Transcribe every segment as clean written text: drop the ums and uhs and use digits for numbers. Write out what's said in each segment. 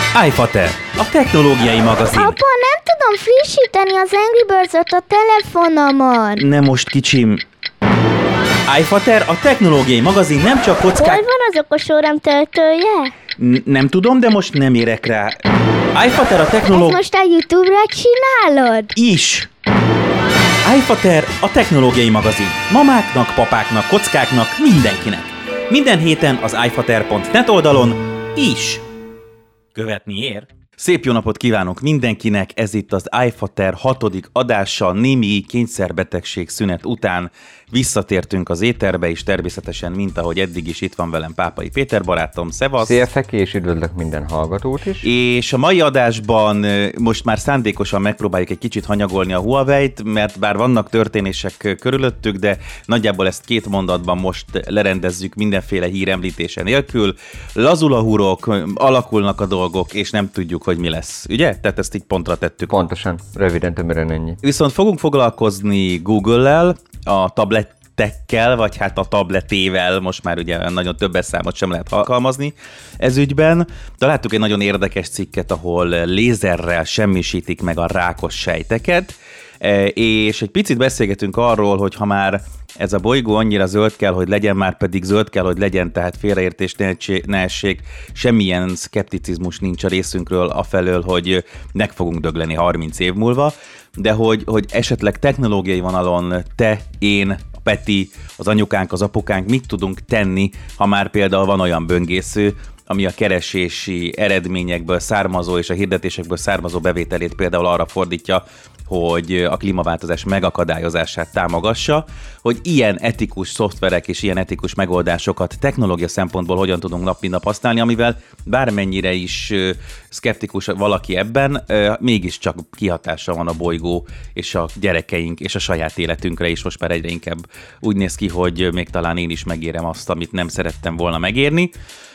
iFater, a technológiai magazin. Apa, nem tudom frissíteni az Angry Birds-ot a telefonomon. Nem most, kicsim. iFater, a technológiai magazin nem csak kockák... Hol van az okos órám töltője? Nem tudom, de most nem érek rá. iFater, a Ezt most a YouTube-ra csinálod? Is. iFater, a technológiai magazin. Mamáknak, papáknak, kockáknak, mindenkinek. Minden héten az iFater.net oldalon is. Követni ér. Szép jó napot kívánok mindenkinek, ez itt az iFater 6. adása, némi kényszerbetegség szünet után visszatértünk az éterbe, és természetesen, mint ahogy eddig is, itt van velem Pápai Péter barátom, szevasz! Szia Feki, és üdvözlök minden hallgatót is! És a mai adásban most már szándékosan megpróbáljuk egy kicsit hanyagolni a Huawei-t, mert bár vannak történések körülöttük, de nagyjából ezt 2 mondatban most lerendezzük mindenféle hír említése nélkül. Lazul a hurok, alakulnak a dolgok, és nem tudjuk, hogy mi lesz, ugye? Tehát ezt így pontra tettük. Pontosan, röviden, tömören ennyi. Viszont fogunk foglalkozni Google-lel, a tablettekkel, vagy hát a tabletével, most már ugye nagyon többes számot sem lehet alkalmazni ez ügyben. Találtuk egy nagyon érdekes cikket, ahol lézerrel semmisítik meg a rákos sejteket, és egy picit beszélgetünk arról, hogy ha már ez a bolygó annyira zöld kell, hogy legyen, már pedig zöld kell, hogy legyen, tehát félreértés ne essék, semmilyen szkepticizmus nincs a részünkről afelől, hogy meg fogunk dögleni 30 év múlva, de hogy esetleg technológiai vonalon te, én, a Peti, az anyukánk, az apukánk mit tudunk tenni, ha már például van olyan böngésző, ami a keresési eredményekből származó és a hirdetésekből származó bevételét például arra fordítja, hogy a klímaváltozás megakadályozását támogassa, hogy ilyen etikus szoftverek és ilyen etikus megoldásokat technológia szempontból hogyan tudunk nap mint nap használni, amivel bármennyire is szkeptikus valaki ebben, mégiscsak kihatása van a bolygó és a gyerekeink és a saját életünkre is. Most már egyre inkább úgy néz ki, hogy még talán én is megérem azt, amit nem szerettem volna megérni.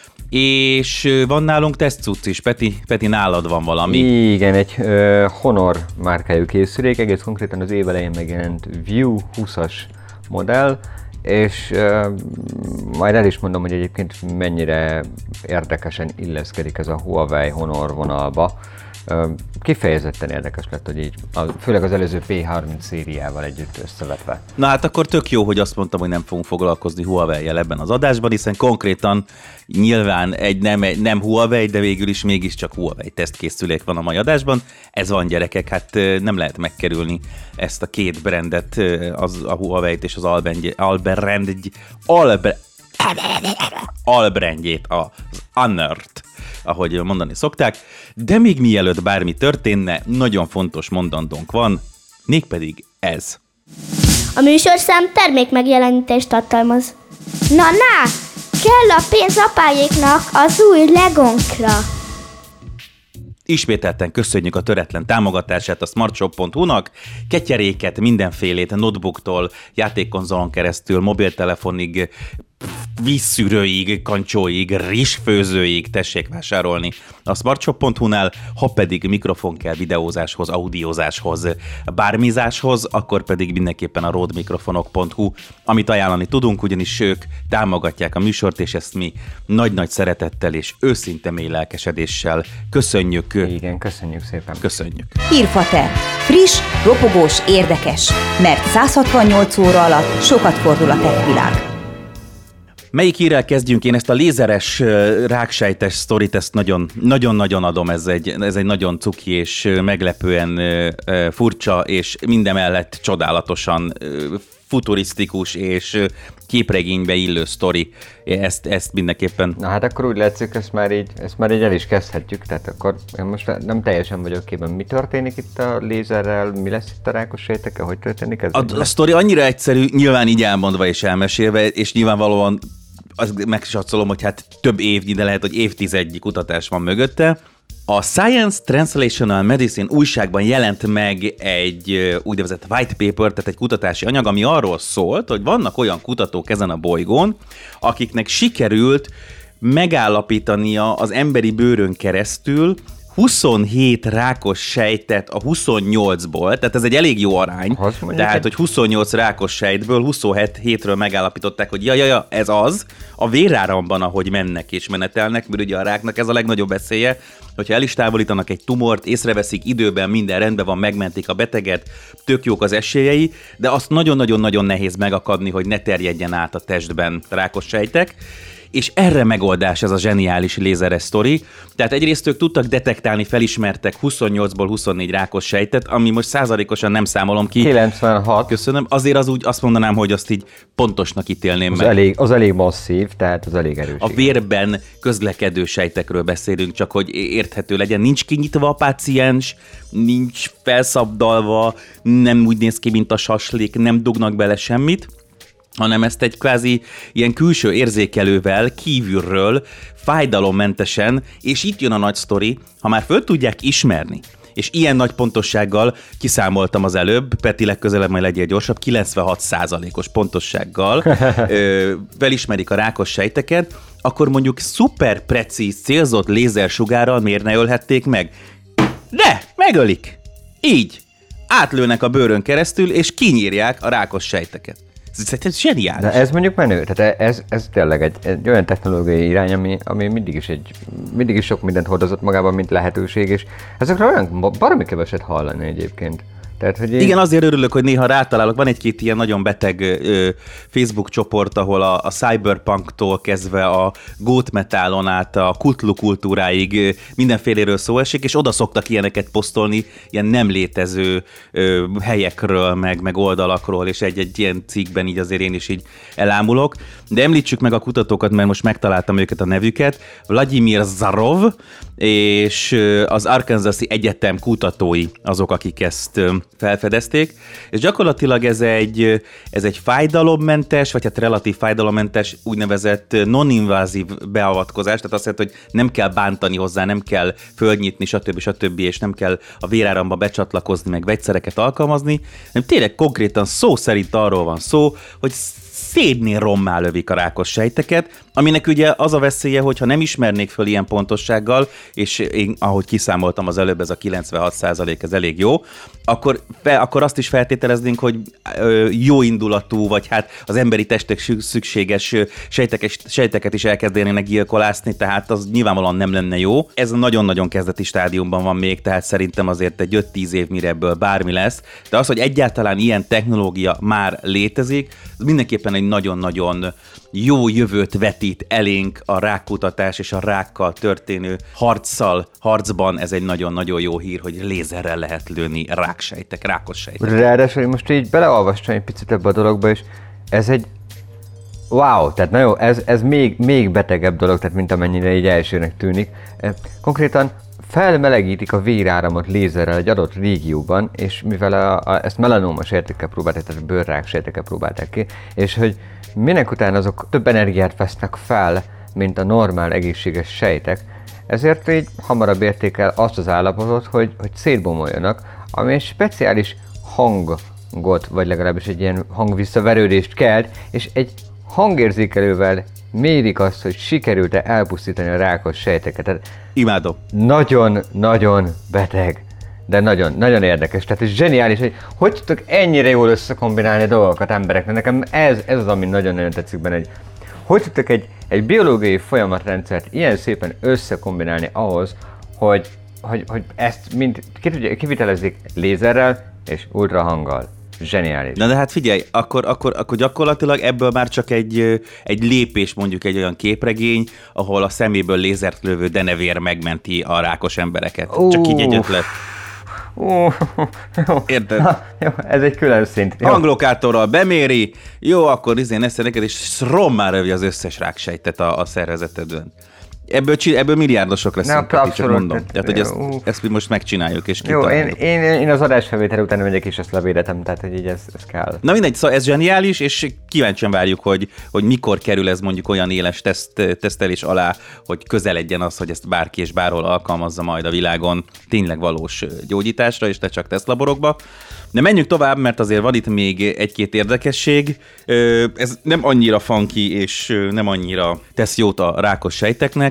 És van nálunk tesztcucc is, Peti, nálad van valami. Igen, egy Honor márkájú készülék, egész konkrétan az év elején megjelent View 20-as modell, és majd el is mondom, hogy egyébként mennyire érdekesen illeszkedik ez a Huawei Honor vonalba. Kifejezetten érdekes lett, hogy így, főleg az előző P30 szériával együtt összevetve. Na hát akkor tök jó, hogy azt mondtam, hogy nem fogunk foglalkozni Huawei-jel ebben az adásban, hiszen konkrétan nyilván nem Huawei, de végül is mégiscsak Huawei tesztkészülék van a mai adásban. Ez van, gyerekek, hát nem lehet megkerülni ezt a 2 brandet, a Huawei-t és az albrandjét, az Honort, ahogy mondani szokták, de még mielőtt bármi történne, nagyon fontos mondandónk van, mégpedig ez. A műsorszám termékmegjelenítést tartalmaz. Na, kell a pénz apáéknak az új Legónkra. Ismételten köszönjük a töretlen támogatását a smartshop.hu-nak, ketyeréket, mindenfélét, notebooktól, játékkonzolon keresztül, mobiltelefonig, vízszűrőig, kancsóig, rizsfőzőig tessék vásárolni a smartshop.hu-nál, ha pedig mikrofon kell videózáshoz, audiózáshoz, bármizáshoz, akkor pedig mindenképpen a rodemikrofonok.hu, amit ajánlani tudunk, ugyanis ők támogatják a műsort, és ezt mi nagy-nagy szeretettel és őszinte mély lelkesedéssel köszönjük. Igen, köszönjük szépen. Köszönjük. Hírfater. Friss, ropogós, érdekes. Mert 168 óra alatt sokat fordul a tech világ. Melyik hírrel kezdjünk? Én ezt a lézeres ráksejtes sztorit, ezt nagyon-nagyon adom, ez egy nagyon cuki és meglepően furcsa, és mindemellett csodálatosan futurisztikus és képregénybe illő sztori. Ezt mindenképpen... Na hát akkor úgy látszik, ezt már így el is kezdhetjük, tehát akkor én most nem teljesen vagyok képben, mi történik itt a lézerrel, mi lesz itt a rákos sejtekkel, hogy történik ez? A sztori annyira egyszerű, nyilván így elmondva és elmesélve, és nyilvánvalóan megsatszolom, hogy hát több évnyi, de lehet, hogy évtizednyi kutatás van mögötte. A Science Translational Medicine újságban jelent meg egy úgynevezett white paper, tehát egy kutatási anyag, ami arról szólt, hogy vannak olyan kutatók ezen a bolygón, akiknek sikerült megállapítania az emberi bőrön keresztül, 27 rákos sejtet a 28-ból, tehát ez egy elég jó arány. Tehát, hogy 28 rákos sejtből 27-ről megállapították, hogy ja, ez az. A véráramban, ahogy mennek és menetelnek, mert ugye a ráknak ez a legnagyobb veszélye, hogyha el is távolítanak egy tumort, észreveszik időben, minden rendben van, megmentik a beteget, tök jók az esélyei, de azt nagyon-nagyon-nagyon nehéz megakadni, hogy ne terjedjen át a testben rákos sejtek. És erre megoldás ez a zseniális lézeres sztori. Tehát egyrészt ők tudtak detektálni, felismertek 28-ból 24 rákos sejtet, ami most százalékosan nem számolom ki. 96. Köszönöm. Azért az úgy azt mondanám, hogy azt így pontosnak ítélném meg. Az elég masszív, tehát az elég erős. A vérben közlekedő sejtekről beszélünk, csak hogy érthető legyen. Nincs kinyitva a páciens, nincs felszabdalva, nem úgy néz ki, mint a saslik, nem dugnak bele semmit, hanem ezt egy kvázi ilyen külső érzékelővel, kívülről, fájdalommentesen, és itt jön a nagy sztori, ha már föl tudják ismerni, és ilyen nagy pontossággal kiszámoltam az előbb, Peti, legközelebb majd legyél gyorsabb, 96%-os pontossággal felismerik a rákos sejteket, akkor mondjuk szuper precíz, célzott lézersugárral miért ne ölhették meg? De megölik! Így! Átlőnek a bőrön keresztül, és kinyírják a rákos sejteket. Ez zseniális. De ez mondjuk menő, tehát ez tényleg egy olyan technológiai irány, ami mindig is sok mindent hordozott magában, mint lehetőség, és ezekről olyan baromi keveset hallani egyébként. Tehát, hogy igen, azért örülök, hogy néha rátalálok. Van egy-két ilyen nagyon beteg Facebook csoport, ahol a cyberpunktól kezdve a goth metalon át a Cthulhu kultúráig mindenféléről szó esik, és oda szoktak ilyeneket posztolni, ilyen nem létező helyekről, meg oldalakról, és egy ilyen cikkben így azért én is így elámulok. De említsük meg a kutatókat, mert most megtaláltam őket a nevüket. Vladimir Zarov és az Arkansas-i Egyetem kutatói azok, akik ezt felfedezték, és gyakorlatilag ez egy fájdalommentes, vagy hát relatív fájdalommentes úgynevezett non-invazív beavatkozás, tehát azt jelenti, hogy nem kell bántani hozzá, nem kell földnyitni, stb. És nem kell a véráramba becsatlakozni, meg vegyszereket alkalmazni, hanem tényleg konkrétan szó szerint arról van szó, hogy szédnél rommá lövik a rákos sejteket, aminek ugye az a veszélye, hogyha nem ismernék föl ilyen pontossággal, és én, ahogy kiszámoltam az előbb, ez a 96%, ez elég jó, akkor azt is feltételeznénk, hogy jó indulatú, vagy hát az emberi testek szükséges sejteket is elkezdenének gyilkolászni, tehát az nyilvánvalóan nem lenne jó. Ez nagyon-nagyon kezdeti stádiumban van még, tehát szerintem azért egy 5-10 év, mire ebből bármi lesz, de az, hogy egyáltalán ilyen technológia már létezik, az mindenképpen egy nagyon-nagyon jó jövőt vetít elénk a rákkutatás és a rákkal történő harcban. Ez egy nagyon-nagyon jó hír, hogy lézerrel lehet lőni rákos sejteket. Ráadásul most így beleolvastam egy picit ebbe a dologba, és ez egy wow, tehát na jó, ez még betegebb dolog, tehát mint amennyire így elsőnek tűnik. Konkrétan felmelegítik a véráramot lézerrel egy adott régióban, és mivel ezt melanóma sejtekkel próbálták, tehát bőrrák sejtekkel próbálták ki, és hogy minek után azok több energiát vesznek fel, mint a normál egészséges sejtek, ezért így hamarabb érték el azt az állapotot, hogy szétbomoljanak, ami egy speciális hangot, vagy legalábbis egy ilyen hangvisszaverődést kelt, és egy hangérzékelővel mérik azt, hogy sikerült-e elpusztítani a rákos sejteket. Tehát imádom. Nagyon-nagyon beteg, de nagyon érdekes. Tehát ez zseniális, hogy tudtok ennyire jól összekombinálni a dolgokat embereknek. Nekem ez az, ami nagyon-nagyon tetszik benne, hogy tudtok egy biológiai folyamatrendszert ilyen szépen összekombinálni ahhoz, hogy ezt mind kivitelezzék lézerrel és ultrahanggal. Zseniális. Na de hát figyelj, akkor gyakorlatilag ebből már csak egy lépés, mondjuk egy olyan képregény, ahol a szeméből lézert lövő denevér megmenti a rákos embereket. Csak így egy ötlet. Érted? Jó, ez egy külön szint. Hanglokátorral beméri, jó, akkor neszel neked, és rommá lövi az összes ráksejtet a szervezetedben. Ebből milliárdosok leszünk, csak mondom. Tehát, hogy ezt mi most megcsináljuk, és kitaláljuk. Jó, én az adásfelvétel után megyek, és ezt levédetem, tehát hogy így ez kell. Na mindegy, szóval ez zseniális, és kíváncsian várjuk, hogy mikor kerül ez mondjuk olyan éles tesztelés alá, hogy közeledjen az, hogy ezt bárki és bárhol alkalmazza majd a világon tényleg valós gyógyításra, és ne csak tesztlaborokba. De menjünk tovább, mert azért van itt még egy-két érdekesség. Ez nem annyira funky, és nem annyira tesz jót a rákos sejteknek.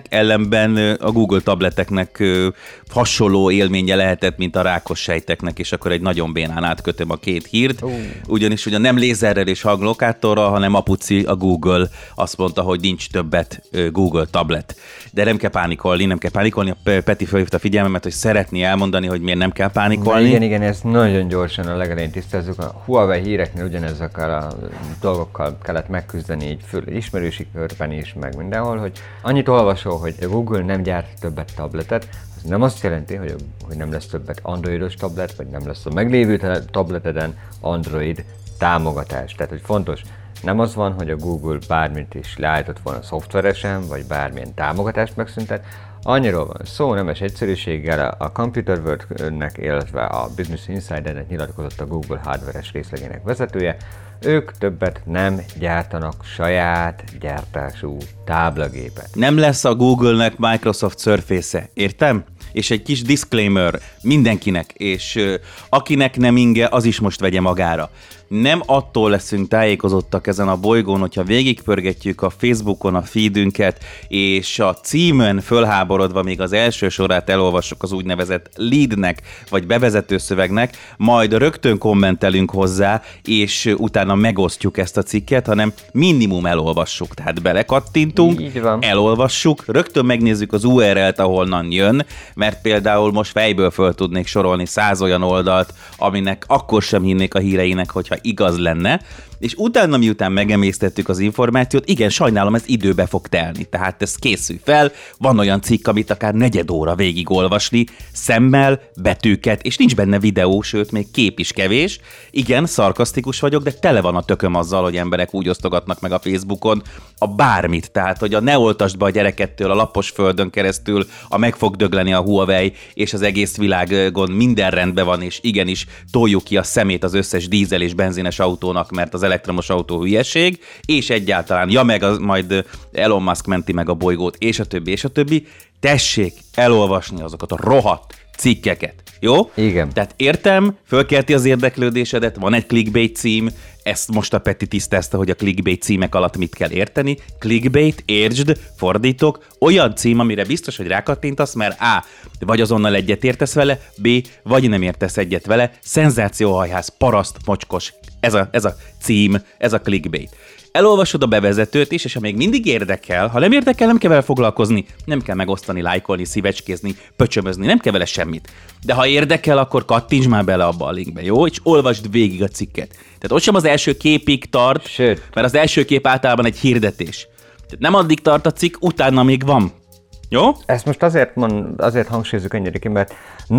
tableteknek, ellenben a Google tableteknek hasonló élménye lehetett, mint a rákos sejteknek, és akkor egy nagyon bénán átkötöm a két hírt, ugyanis ugye nem lézerrel és hanglokátorral, hanem apuci, a Google azt mondta, hogy nincs többet Google tablet. De nem kell pánikolni. A Peti felhívta a figyelmemet, hogy szeretné elmondani, hogy miért nem kell pánikolni. Igen, ezt nagyon gyorsan a legelején tisztázzuk. A Huawei híreknél ugyanezekkel a dolgokkal kellett megküzdeni, így föl ismerősi körben is, meg mindenhol, hogy annyit olvasol, hogy a Google nem gyárt többet tabletet, az nem azt jelenti, hogy nem lesz többet androidos tablet, vagy nem lesz a meglévő tableteden Android támogatás. Tehát, hogy fontos, nem az van, hogy a Google bármit is leállított volna szoftveresen, vagy bármilyen támogatást megszüntet. Annyiról van szó, nemes egyszerűséggel a Computer World-nek, illetve a Business Insider-nek nyilatkozott a Google hardware-es részlegének vezetője. Ők többet nem gyártanak saját gyártású táblagépet. Nem lesz a Google-nek Microsoft Surface-e, értem? És egy kis disclaimer mindenkinek, és akinek nem inge, az is most vegye magára. Nem attól leszünk tájékozottak ezen a bolygón, hogyha végigpörgetjük a Facebookon a feedünket, és a címön fölháborodva még az első sorát elolvassuk az úgynevezett leadnek, vagy bevezető szövegnek, majd rögtön kommentelünk hozzá, és utána megosztjuk ezt a cikket, hanem minimum elolvassuk. Tehát belekattintunk, elolvassuk, rögtön megnézzük az URL-t, ahonnan jön, mert például most fejből föl tudnék sorolni 100 olyan oldalt, aminek akkor sem hinnék a híreinek, hogyha igaz lenne, és utána, miután megemésztettük az információt, igen, sajnálom, ez időbe fog telni, tehát ez készül fel, van olyan cikk, amit akár negyed óra végig olvasni, szemmel, betűket, és nincs benne videó, sőt, még kép is kevés. Igen, szarkasztikus vagyok, de tele van a tököm azzal, hogy emberek úgy osztogatnak meg a Facebookon a bármit, tehát, hogy a ne oltasd be a gyerekettől a lapos földön keresztül, a meg fog dögleni a Huawei, és az egész világon minden rendben van, és igenis toljuk ki a szemét az összes dízel és benzines autónak, mert az elektromos autó hülyeség, és egyáltalán, majd Elon Musk menti meg a bolygót, és a többi, tessék elolvasni azokat a rohadt cikkeket. Jó? Igen. Tehát értem, fölkelti az érdeklődésedet, van egy clickbait cím, ezt most a Peti tisztázta, hogy a clickbait címek alatt mit kell érteni. Clickbait, értsd, fordítok, olyan cím, amire biztos, hogy rákattintasz, mert A. vagy azonnal egyet értesz vele, B. vagy nem értesz egyet vele, szenzációhajház, paraszt, mocskos, ez a cím, ez a clickbait. Elolvasod a bevezetőt is, és ha még mindig érdekel, ha nem érdekel, nem kell vele foglalkozni, nem kell megosztani, lájkolni, szívecskézni, pöcsömözni, nem kell vele semmit. De ha érdekel, akkor kattints már bele abba a linkbe, jó? És olvasd végig a cikket. Tehát ott sem az első képig tart, sőt, mert az első kép általában egy hirdetés. Tehát nem addig tart a cikk, utána még van. Jó? Ezt most azért hangsúlyozzuk ennyire ki, mert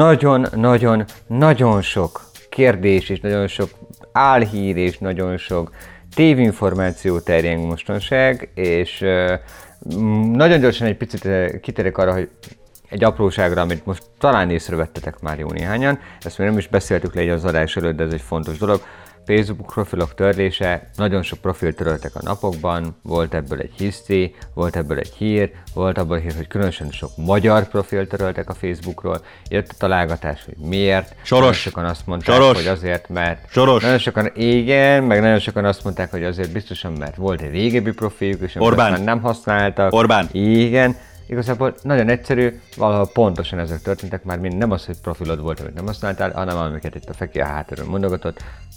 nagyon sok kérdés és nagyon sok álhír és nagyon sok tévinformáció terjeng mostanság, és nagyon gyorsan egy picit kitérek arra, hogy egy apróságra, amit most talán észrevettetek már jó néhányan, ezt még nem is beszéltük le az adás előtt, de ez egy fontos dolog. Facebook profilok törlése, nagyon sok profilt töröltek a napokban, volt ebből egy hiszti, volt ebből egy hír, volt abból hír, hogy különösen sok magyar profilt töröltek a Facebookról, jött a találgatás, hogy miért. Nagyon sokan azt mondták, hogy azért, mert... Nagyon sokan, igen, meg nagyon sokan azt mondták, hogy azért biztosan, mert volt egy régebbi profiljuk, és már nem használtak. Orbán. Igen. Igazából nagyon egyszerű, valahol pontosan ezek történtek, már mind nem az, hogy profilod volt, amit nem használtál, hanem amiket itt a Feki a hátulról mondogatott.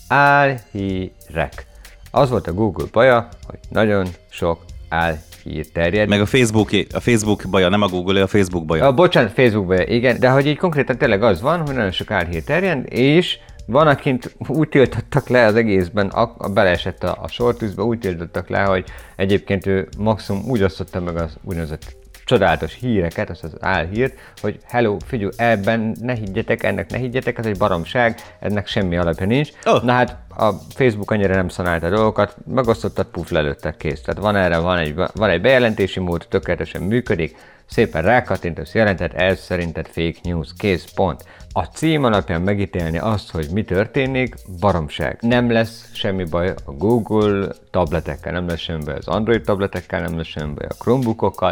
Álhírek. Az volt a Google baja, hogy nagyon sok álhír terjed. Meg a Facebook baja, nem a Google, a Facebook baja. Bocsánat, Facebook baja, igen, de hogy így konkrétan tényleg az van, hogy nagyon sok álhír terjed, és van, akint úgy tiltottak le az egészben, beleesett a sortűzbe, úgy tiltottak le, hogy egyébként ő maximum úgy osztotta meg az úgynevezett csodálatos híreket, azt az álhírt, hogy hello, figyelj, ebben ne higgyetek, ennek ne higgyetek, ez egy baromság, ennek semmi alapja nincs. Oh. Na hát a Facebook annyira nem szanálta a dolgokat, megosztottak, puf, lelőttek, kész. Tehát van egy bejelentési mód, tökéletesen működik, szépen rákattintasz, jelentett, ez szerinted fake news, kész, pont. A cím alapján megítélni azt, hogy mi történik, baromság. Nem lesz semmi baj a Google tabletekkel, nem lesz semmi baj az Android tabletekkel, nem lesz semmi baj a Chromebookokkal.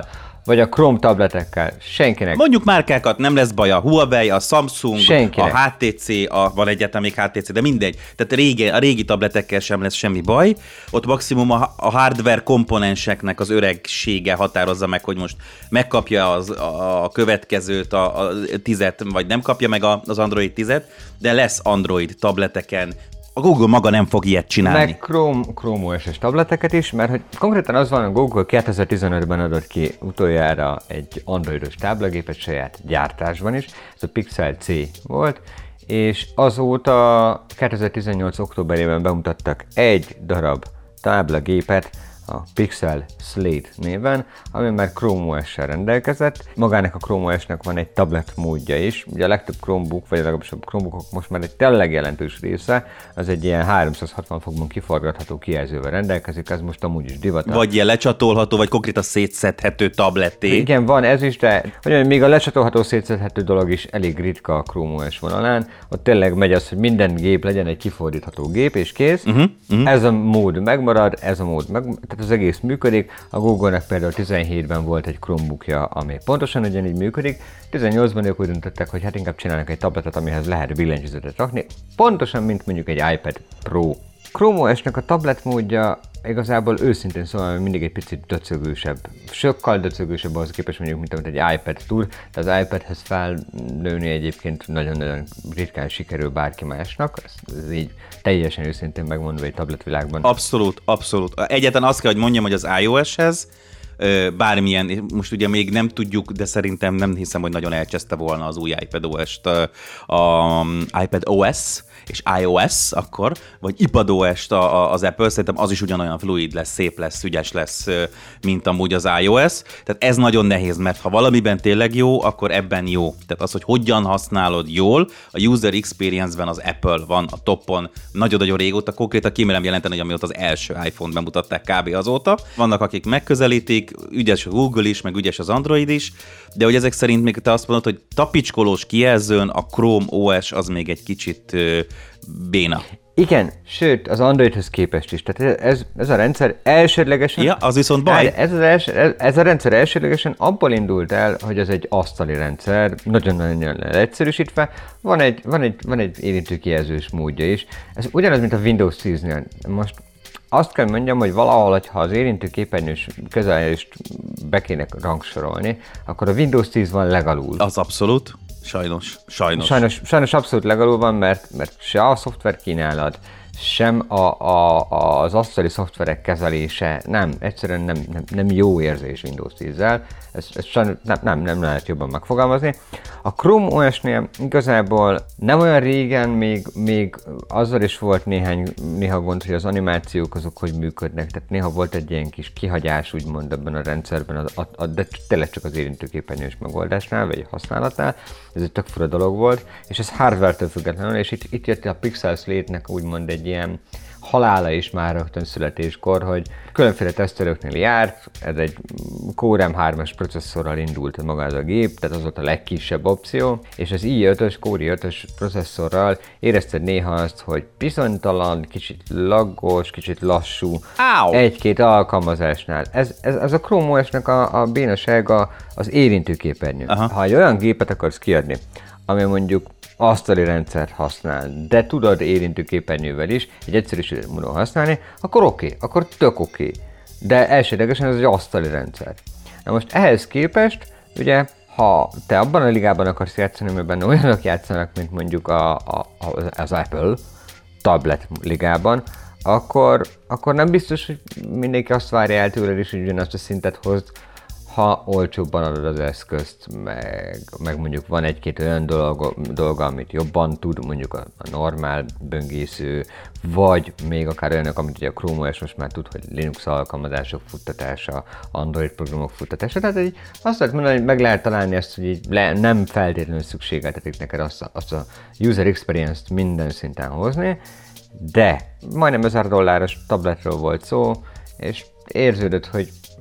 vagy a Chrome tabletekkel. Senkinek. Mondjuk márkákat, nem lesz baj, a Huawei, a Samsung, Senkinek. a HTC, van egyáltalán még HTC, de mindegy. Tehát a régi tabletekkel sem lesz semmi baj. Ott maximum a hardware komponenseknek az öregsége határozza meg, hogy most megkapja a következőt, a 10-et, vagy nem kapja meg az Android 10-et, de lesz Android tableteken. A Google maga nem fog ilyet csinálni. Meg Chrome OS-es tableteket is, mert hogy konkrétan az van, a Google 2015-ben adott ki utoljára egy androidos táblagépet saját gyártásban is, ez a Pixel C volt, és azóta 2018. októberében bemutattak egy darab táblagépet, a Pixel Slate néven, ami már Chrome OS-sel rendelkezett. Magának a Chrome OS-nek van egy tablet módja is. Ugye a legtöbb Chromebook, vagy legalábbis a Chromebookok most már egy tényleg jelentős része, az egy ilyen 360 fokban kiforgatható kijelzővel rendelkezik, ez most amúgy is divatos. Vagy ilyen lecsatolható, vagy konkrétan szétszedhető tabletté. Igen, van ez is, de hogy még a lecsatolható, szétszedhető dolog is elég ritka a Chrome OS vonalán. Ott tényleg megy az, hogy minden gép legyen egy kifordítható gép, és kész. Ez a mód megmarad, ez a mód tehát az egész működik. A Google-nek például 17-ben volt egy Chromebookja, ami pontosan ugyanígy működik. 18-ban ők úgy döntöttek, hogy hát inkább csinálnak egy tabletet, amihez lehet billentyűzetet rakni. Pontosan, mint mondjuk egy iPad Pro. Chrome OS-nek a tablet módja igazából őszintén szóval mindig egy picit döcögősebb. Sokkal döcögősebb ahhoz képest mondjuk, mint egy iPad Tour, de az iPadhez felnőni egyébként nagyon-nagyon ritkán sikerül bárki másnak, ez így teljesen őszintén megmondva egy tabletvilágban. Abszolút, abszolút. Egyáltalán azt kell, hogy mondjam, hogy az iOS-hez bármilyen, most ugye még nem tudjuk, de szerintem nem hiszem, hogy nagyon elcseszte volna az új iPad OS-t, a iPad OS és iOS akkor, vagy iPadOS-t az Apple, szerintem az is ugyanolyan fluid lesz, szép lesz, ügyes lesz, mint amúgy az iOS. Tehát ez nagyon nehéz, mert ha valamiben tényleg jó, akkor ebben jó. Tehát az, hogy hogyan használod jól, a user experience-ben az Apple van a toppon nagyon-nagyon régóta, konkrétan kimerem jelenteni, hogy amióta az első iPhone-t bemutatták kb. Azóta. Vannak, akik megközelítik, ügyes a Google is, meg ügyes az Android is, de hogy ezek szerint még te azt mondod, hogy tapicskolós kijelzőn a Chrome OS az még egy kicsit béna. Igen, sőt, az Androidhoz képest is. Tehát ez a rendszer elsődlegesen... Ja, az viszont baj. Ez a rendszer elsődlegesen abból indult el, hogy ez egy asztali rendszer, nagyon-nagyon egyszerűsítve. Van egy érintő kijelzős módja is. Ez ugyanaz, mint a Windows 10-nél. Most azt kell mondjam, hogy valahol, ha az érintő képernyős kezelést be kéne rangsorolni, akkor a Windows 10 van legalul. Az abszolút. Sajnos abszolút legalul van, mert se a szoftver kínálat, sem az asztali szoftverek kezelése egyszerűen nem jó érzés Windows 10-zel, ezt nem lehet jobban megfogalmazni. A Chrome OS-nél igazából nem olyan régen még azzal is volt néha gond, hogy az animációk azok hogy működnek, tehát néha volt egy ilyen kis kihagyás úgymond ebben a rendszerben, de tényleg csak az érintőképernyős megoldásnál, vagy használatnál, ez egy tök fura dolog volt, és ez hardware-től függetlenül, és itt jött a Pixel Slate-nek úgymond egy ilyen halála is már rögtön születéskor, hogy különféle tesztelőknél járt, ez egy Core M3-as processzorral indult maga ez a gép, tehát az volt a legkisebb opció, és az i5-ös, Core i5-ös processzorral érezted néha azt, hogy bizonytalan, kicsit laggos, kicsit lassú, egy-két alkalmazásnál. Ez a Chrome OS-nek a bénasága az érintőképernyő. Ha egy olyan gépet akarsz kiadni, ami mondjuk asztali rendszert használ, de tudod érintőképernyővel is, egy egyszerűsített módon használni, akkor oké, akkor tök oké. De elsődlegesen ez egy asztali rendszer. Na most ehhez képest, ugye, ha te abban a ligában akarsz játszani, mert benne olyanok játszanak, mint mondjuk az Apple tablet ligában, akkor nem biztos, hogy mindenki azt várja el tőled is, hogy ugyanazt a szintet hozd, ha olcsóbban adod az eszközt, meg mondjuk van egy-két olyan dolga, amit jobban tud, mondjuk a normál böngésző, vagy még akár olyanok, amit ugye a Chrome OS most már tud, hogy Linux alkalmazások futtatása, Android programok futtatása, tehát azt lehet mondani, hogy meg lehet találni ezt, hogy így nem feltétlenül szükségeltetik neked azt a user experience-t minden szinten hozni, de majdnem $1000 tabletről volt szó, és érződött, hogy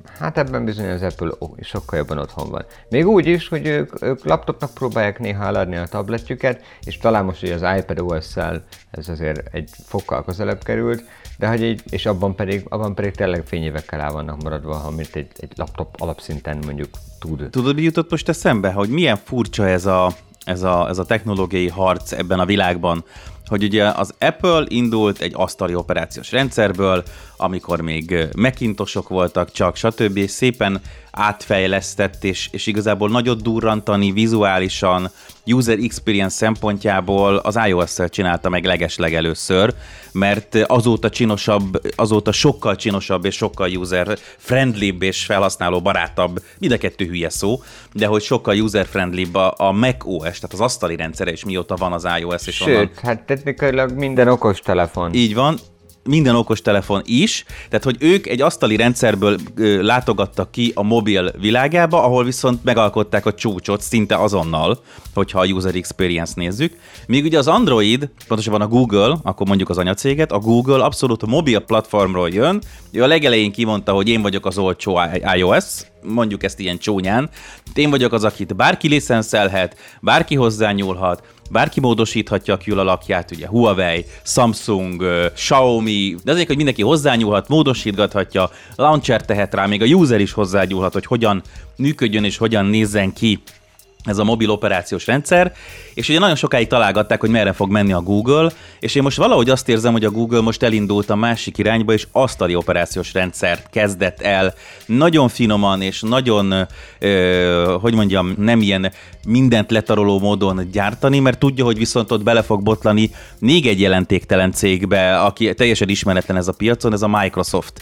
hát ebben bizony az Apple sokkal jobban otthon van. Még úgy is, hogy ők laptopnak próbálják néha eladni a tabletjüket, és talán most, hogy az iPadOS-szel ez azért egy fokkal közelebb került, de hogy és abban pedig tényleg fényévekkel el vannak maradva, amit egy laptop alapszinten mondjuk tud. Tudod, mi jutott most eszembe, hogy milyen furcsa ez a technológiai harc ebben a világban, hogy ugye az Apple indult egy asztali operációs rendszerből, amikor még Macintosok voltak csak, stb. És szépen átfejlesztett, és igazából nagyot durrantani vizuálisan, user experience szempontjából az iOS-szel csinálta meg legeslegelőször, mert azóta sokkal csinosabb és sokkal user-friendlibb és felhasználó barátabb, mind a kettő hülye szó, de hogy sokkal user-friendlibb a macOS, tehát az asztali rendszere is mióta van az iOS. És sőt, hát technikailag minden okostelefon. Így van. Minden okostelefon is, tehát hogy ők egy asztali rendszerből látogattak ki a mobil világába, ahol viszont megalkották a csúcsot szinte azonnal, hogyha a user experience nézzük. Míg ugye az Android, pontosabban a Google, akkor mondjuk az anyacéget, a Google abszolút a mobil platformról jön, ő a legelején kimondta, hogy én vagyok az olcsó iOS, mondjuk ezt ilyen csúnyán, én vagyok az, akit bárki licenszelhet, bárki hozzányúlhat, bárki módosíthatja a külalakját, ugye Huawei, Samsung, Xiaomi, de azért, hogy mindenki hozzányúlhat, módosítgathatja, launcher tehet rá, még a user is hozzányúlhat, hogy hogyan működjön és hogyan nézzen ki ez a mobil operációs rendszer, és ugye nagyon sokáig találgatták, hogy merre fog menni a Google, és én most valahogy azt érzem, hogy a Google most elindult a másik irányba, és asztali operációs rendszert kezdett el nagyon finoman, és nagyon, hogy mondjam, nem ilyen mindent letaroló módon gyártani, mert tudja, hogy viszont ott bele fog botlani még egy jelentéktelen cégbe, aki teljesen ismeretlen ez a piacon, ez a Microsoft.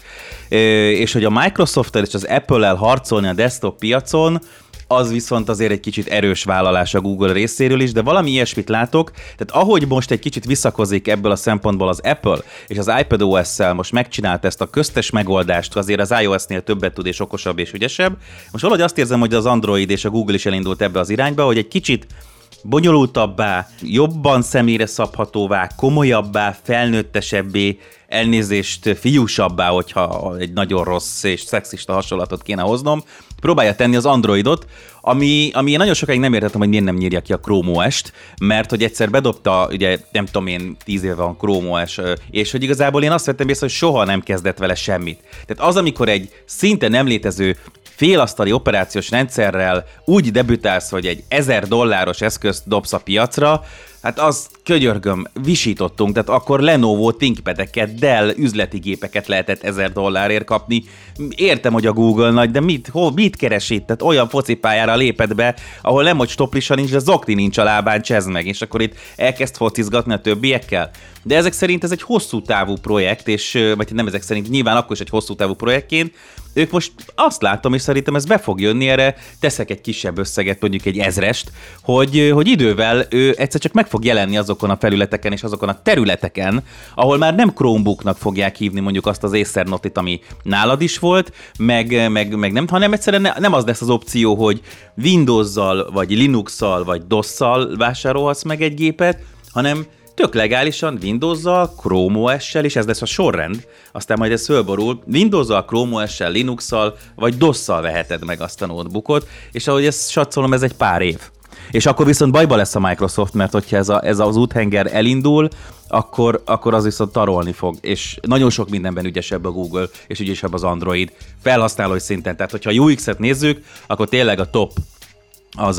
És hogy a Microsoft-tel és az Apple-el harcolni a desktop piacon, az viszont azért egy kicsit erős vállalás a Google részéről is, de valami ilyesmit látok, tehát ahogy most egy kicsit visszakozik ebből a szempontból az Apple, és az iPadOS-szel most megcsinálta ezt a köztes megoldást, azért az iOS-nél többet tud és okosabb és ügyesebb. Most valahogy azt érzem, hogy az Android és a Google is elindult ebbe az irányba, hogy egy kicsit bonyolultabbá, jobban személyre szabhatóvá, komolyabbá, felnőttesebbé, elnézést fiúsabbá, hogyha egy nagyon rossz és szexista hasonlatot kéne hoznom, próbálja tenni az Androidot, ami én nagyon sokáig nem értettem, hogy miért nem nyírja ki a Chrome OS-t, mert hogy egyszer bedobta, ugye nem tudom én, 10 éve van Chrome OS, és hogy igazából én azt vettem észre, hogy soha nem kezdett vele semmit. Tehát az, amikor egy szinte nem létező félasztali operációs rendszerrel úgy debütálsz, hogy egy $1000 eszközt dobsz a piacra, hát az könyörgöm, visítottunk, tehát akkor Lenovo ThinkPad-eket, Dell üzleti gépeket lehetett $1000 kapni. Értem, hogy a Google nagy, de mit keres itt? Tehát olyan focipályára lépett be, ahol nem, hogy stoplisa nincs, de zokni nincs a lábán, csezd meg, és akkor itt elkezd focizgatni a többiekkel. De ezek szerint ez egy hosszú távú projekt, vagy nem ezek szerint, nyilván akkor is egy hosszú távú projektként, ők most azt látom, és szerintem ez be fog jönni, erre teszek egy kisebb összeget, mondjuk egy 1000-est, hogy idővel ő egyszer csak meg fog jelenni azokon a felületeken és azokon a területeken, ahol már nem Chromebooknak fogják hívni mondjuk azt az Acer Note-it, ami nálad is volt, meg nem, hanem egyszerűen nem az lesz az opció, hogy Windows-zal, vagy Linux-szal, vagy DOS-szal vásárolhatsz meg egy gépet, hanem tök legálisan Windows-zal, Chrome OS-sel, és ez lesz a sorrend, aztán majd ez fölborul, Windows-zal, Chrome OS-sel, Linux-szal, vagy DOS-szal veheted meg azt a notebookot, és ahogy ezt satszolom, ez egy pár év. És akkor viszont bajba lesz a Microsoft, mert hogyha ez az úthenger elindul, akkor az viszont tarolni fog, és nagyon sok mindenben ügyesebb a Google, és ügyesebb az Android felhasználói szinten. Tehát, hogyha a UX-et nézzük, akkor tényleg a top az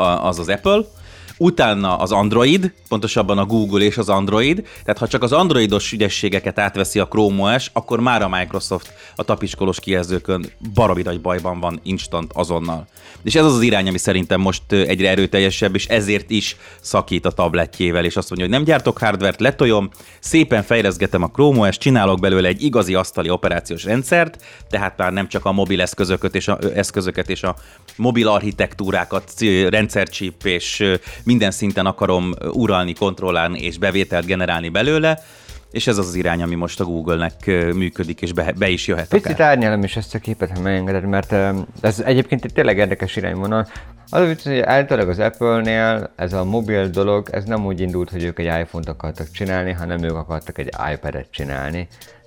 az Apple, utána az Android, pontosabban a Google és az Android, tehát ha csak az androidos ügyességeket átveszi a Chrome OS, akkor már a Microsoft a tapicskolós kijelzőkön baromi nagy bajban van instant azonnal. És ez az az irány, ami szerintem most egyre erőteljesebb, és ezért is szakít a tabletjével, és azt mondja, hogy nem gyártok hardvert, letoljom, szépen fejleszgetem a Chrome OS, csinálok belőle egy igazi asztali operációs rendszert, tehát már nem csak a mobil eszközöket és a mobil architektúrákat, rendszerchip és minden szinten akarom uralni, kontrollálni és bevételt generálni belőle, és ez az irány, ami most a Google-nek működik, és be is jöhet akár. Picit árnyalom is ezt a képet, ha megengeded, mert ez egyébként egy tényleg érdekes irányvonal. Az vicc, hogy általában az Apple-nél ez a mobil dolog, ez nem úgy indult, hogy ők egy iPhone-t akartak csinálni, hanem ők akartak egy iPad-et csinálni.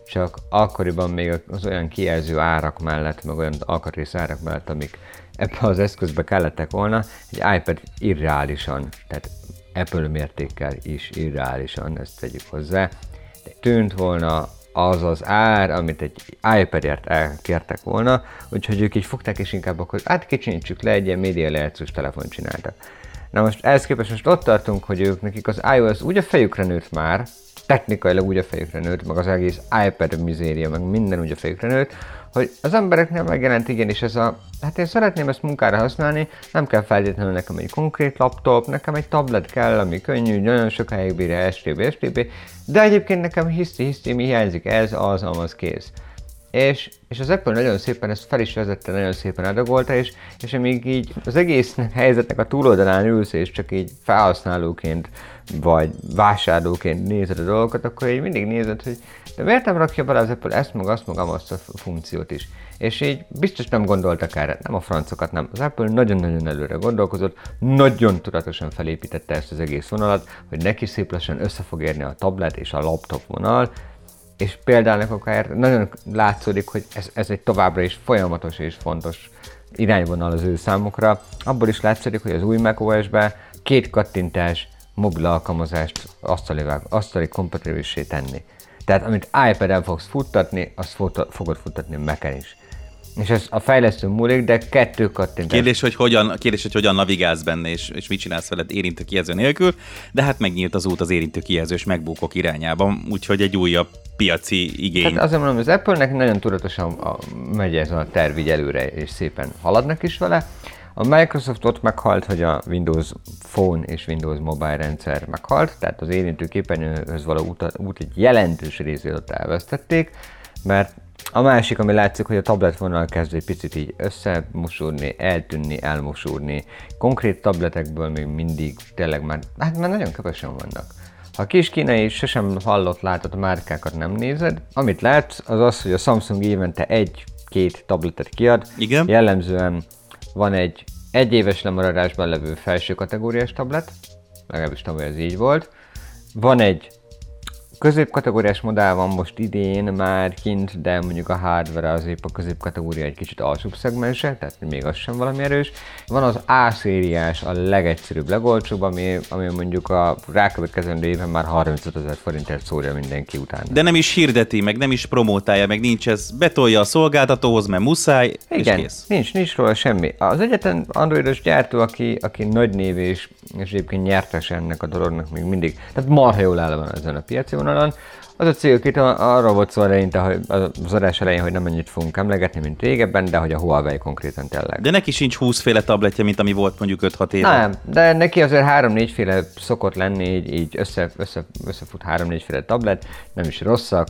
csak akkoriban még az olyan kijelző árak mellett, meg olyan alkatrész árak mellett, amik ebbe az eszközbe kellettek volna, egy iPad irreálisan, tehát Apple mértékkel is irreálisan, ezt tegyük hozzá, de tűnt volna az az ár, amit egy iPad-ért elkértek volna, úgyhogy ők így fogták, és inkább akkor kicsinyítsük le, egy ilyen média lejátszós telefont csináltak. Na most ehhez képest most ott tartunk, hogy ők nekik az iOS úgy a fejükre nőtt már, technikailag úgy a fejükre nőtt, meg az egész iPad mizéria, meg minden úgy a fejükre nőtt, hogy az embereknél megjelent igenis ez a, hát én szeretném ezt munkára használni, nem kell feltétlenül nekem egy konkrét laptop, nekem egy tablet kell, ami könnyű, nagyon sokáig bírja, stb. De egyébként nekem hiszti, mi hiányzik, ez, az kész. És az Apple nagyon szépen ezt fel is vezette, nagyon szépen adagolta, és amíg így az egész helyzetnek a túloldalán ülsz, és csak így felhasználóként, vagy vásárlóként nézed a dolgokat, akkor így mindig nézed, hogy de miért nem rakja bele az Apple ezt, meg azt, meg azt a funkciót is. És így biztos nem gondoltak erre, nem a francokat, nem. Az Apple nagyon-nagyon előre gondolkozott, nagyon tudatosan felépítette ezt az egész vonalat, hogy neki szép lassan össze fog érni a tablet és a laptop vonal, és például akár nagyon látszódik, hogy ez egy továbbra is folyamatos és fontos irányvonal az ő számukra. Abból is látszódik, hogy az új macOS-be 2 kattintás mobil alkalmazást asztali kompatibilissé tenni. Tehát amit iPad-en fogsz futtatni, azt fogod futtatni Mac-en is. És ez a fejlesztő múlik, de 2 kattintás. Kérdés, hogy hogyan navigálsz benne, és mit csinálsz veled érintő kijelző nélkül, de hát megnyílt az út az érintő kijelzős MacBookok irányában, úgyhogy egy újabb piaci igény. Hát azért mondom, az Apple-nek nagyon tudatosan megy ez a terv így előre, és szépen haladnak is vele. A Microsoft ott meghalt, hogy a Windows Phone és Windows Mobile rendszer meghalt, tehát az érintő képernyőhöz való út egy jelentős részét ott elvesztették, mert a másik, ami látszik, hogy a tablet vonal kezd egy picit így összemosódni, eltűnni, elmosódni. Konkrét tabletekből még mindig tényleg már nagyon kevesen vannak. Ha a kis kínai sosem látott márkákat nem nézed, amit látsz, az az, hogy a Samsung évente 1-2 tabletet kiad. Igen. Jellemzően van egy éves lemaradásban levő felső kategóriás tablet, legalábbis tavaly ez így volt. Van egy középkategóriás modell van most idén már kint, de mondjuk a hardware az épp a középkategória egy kicsit alsóbb szegmense, tehát még az sem valami erős. Van az A-szériás, a legegyszerűbb, legolcsóbb, ami mondjuk a rákövetkezendő éven már 35 000 forintért szórja mindenki után. De nem is hirdeti, meg nem is promótálja, meg nincs ez, betolja a szolgáltatóhoz, mert muszáj, igen, és kész. Nincs róla semmi. Az egyetlen androidos gyártó, aki nagy név és egyébként nyertes ennek a dolognak még mindig, tehát marha jól áll van ezen a piaci vonalon. Az a cél, itt arra volt szó eleinte, hogy az adás elején, hogy nem annyit fogunk emlegetni, mint régebben, de hogy a Huawei konkrétan tényleg. De neki sincs 20 féle tabletje, mint ami volt mondjuk 5-6 éve. Nem, de neki azért 3-4 féle szokott lenni, így összefut 3-4 féle tablet, nem is rosszak,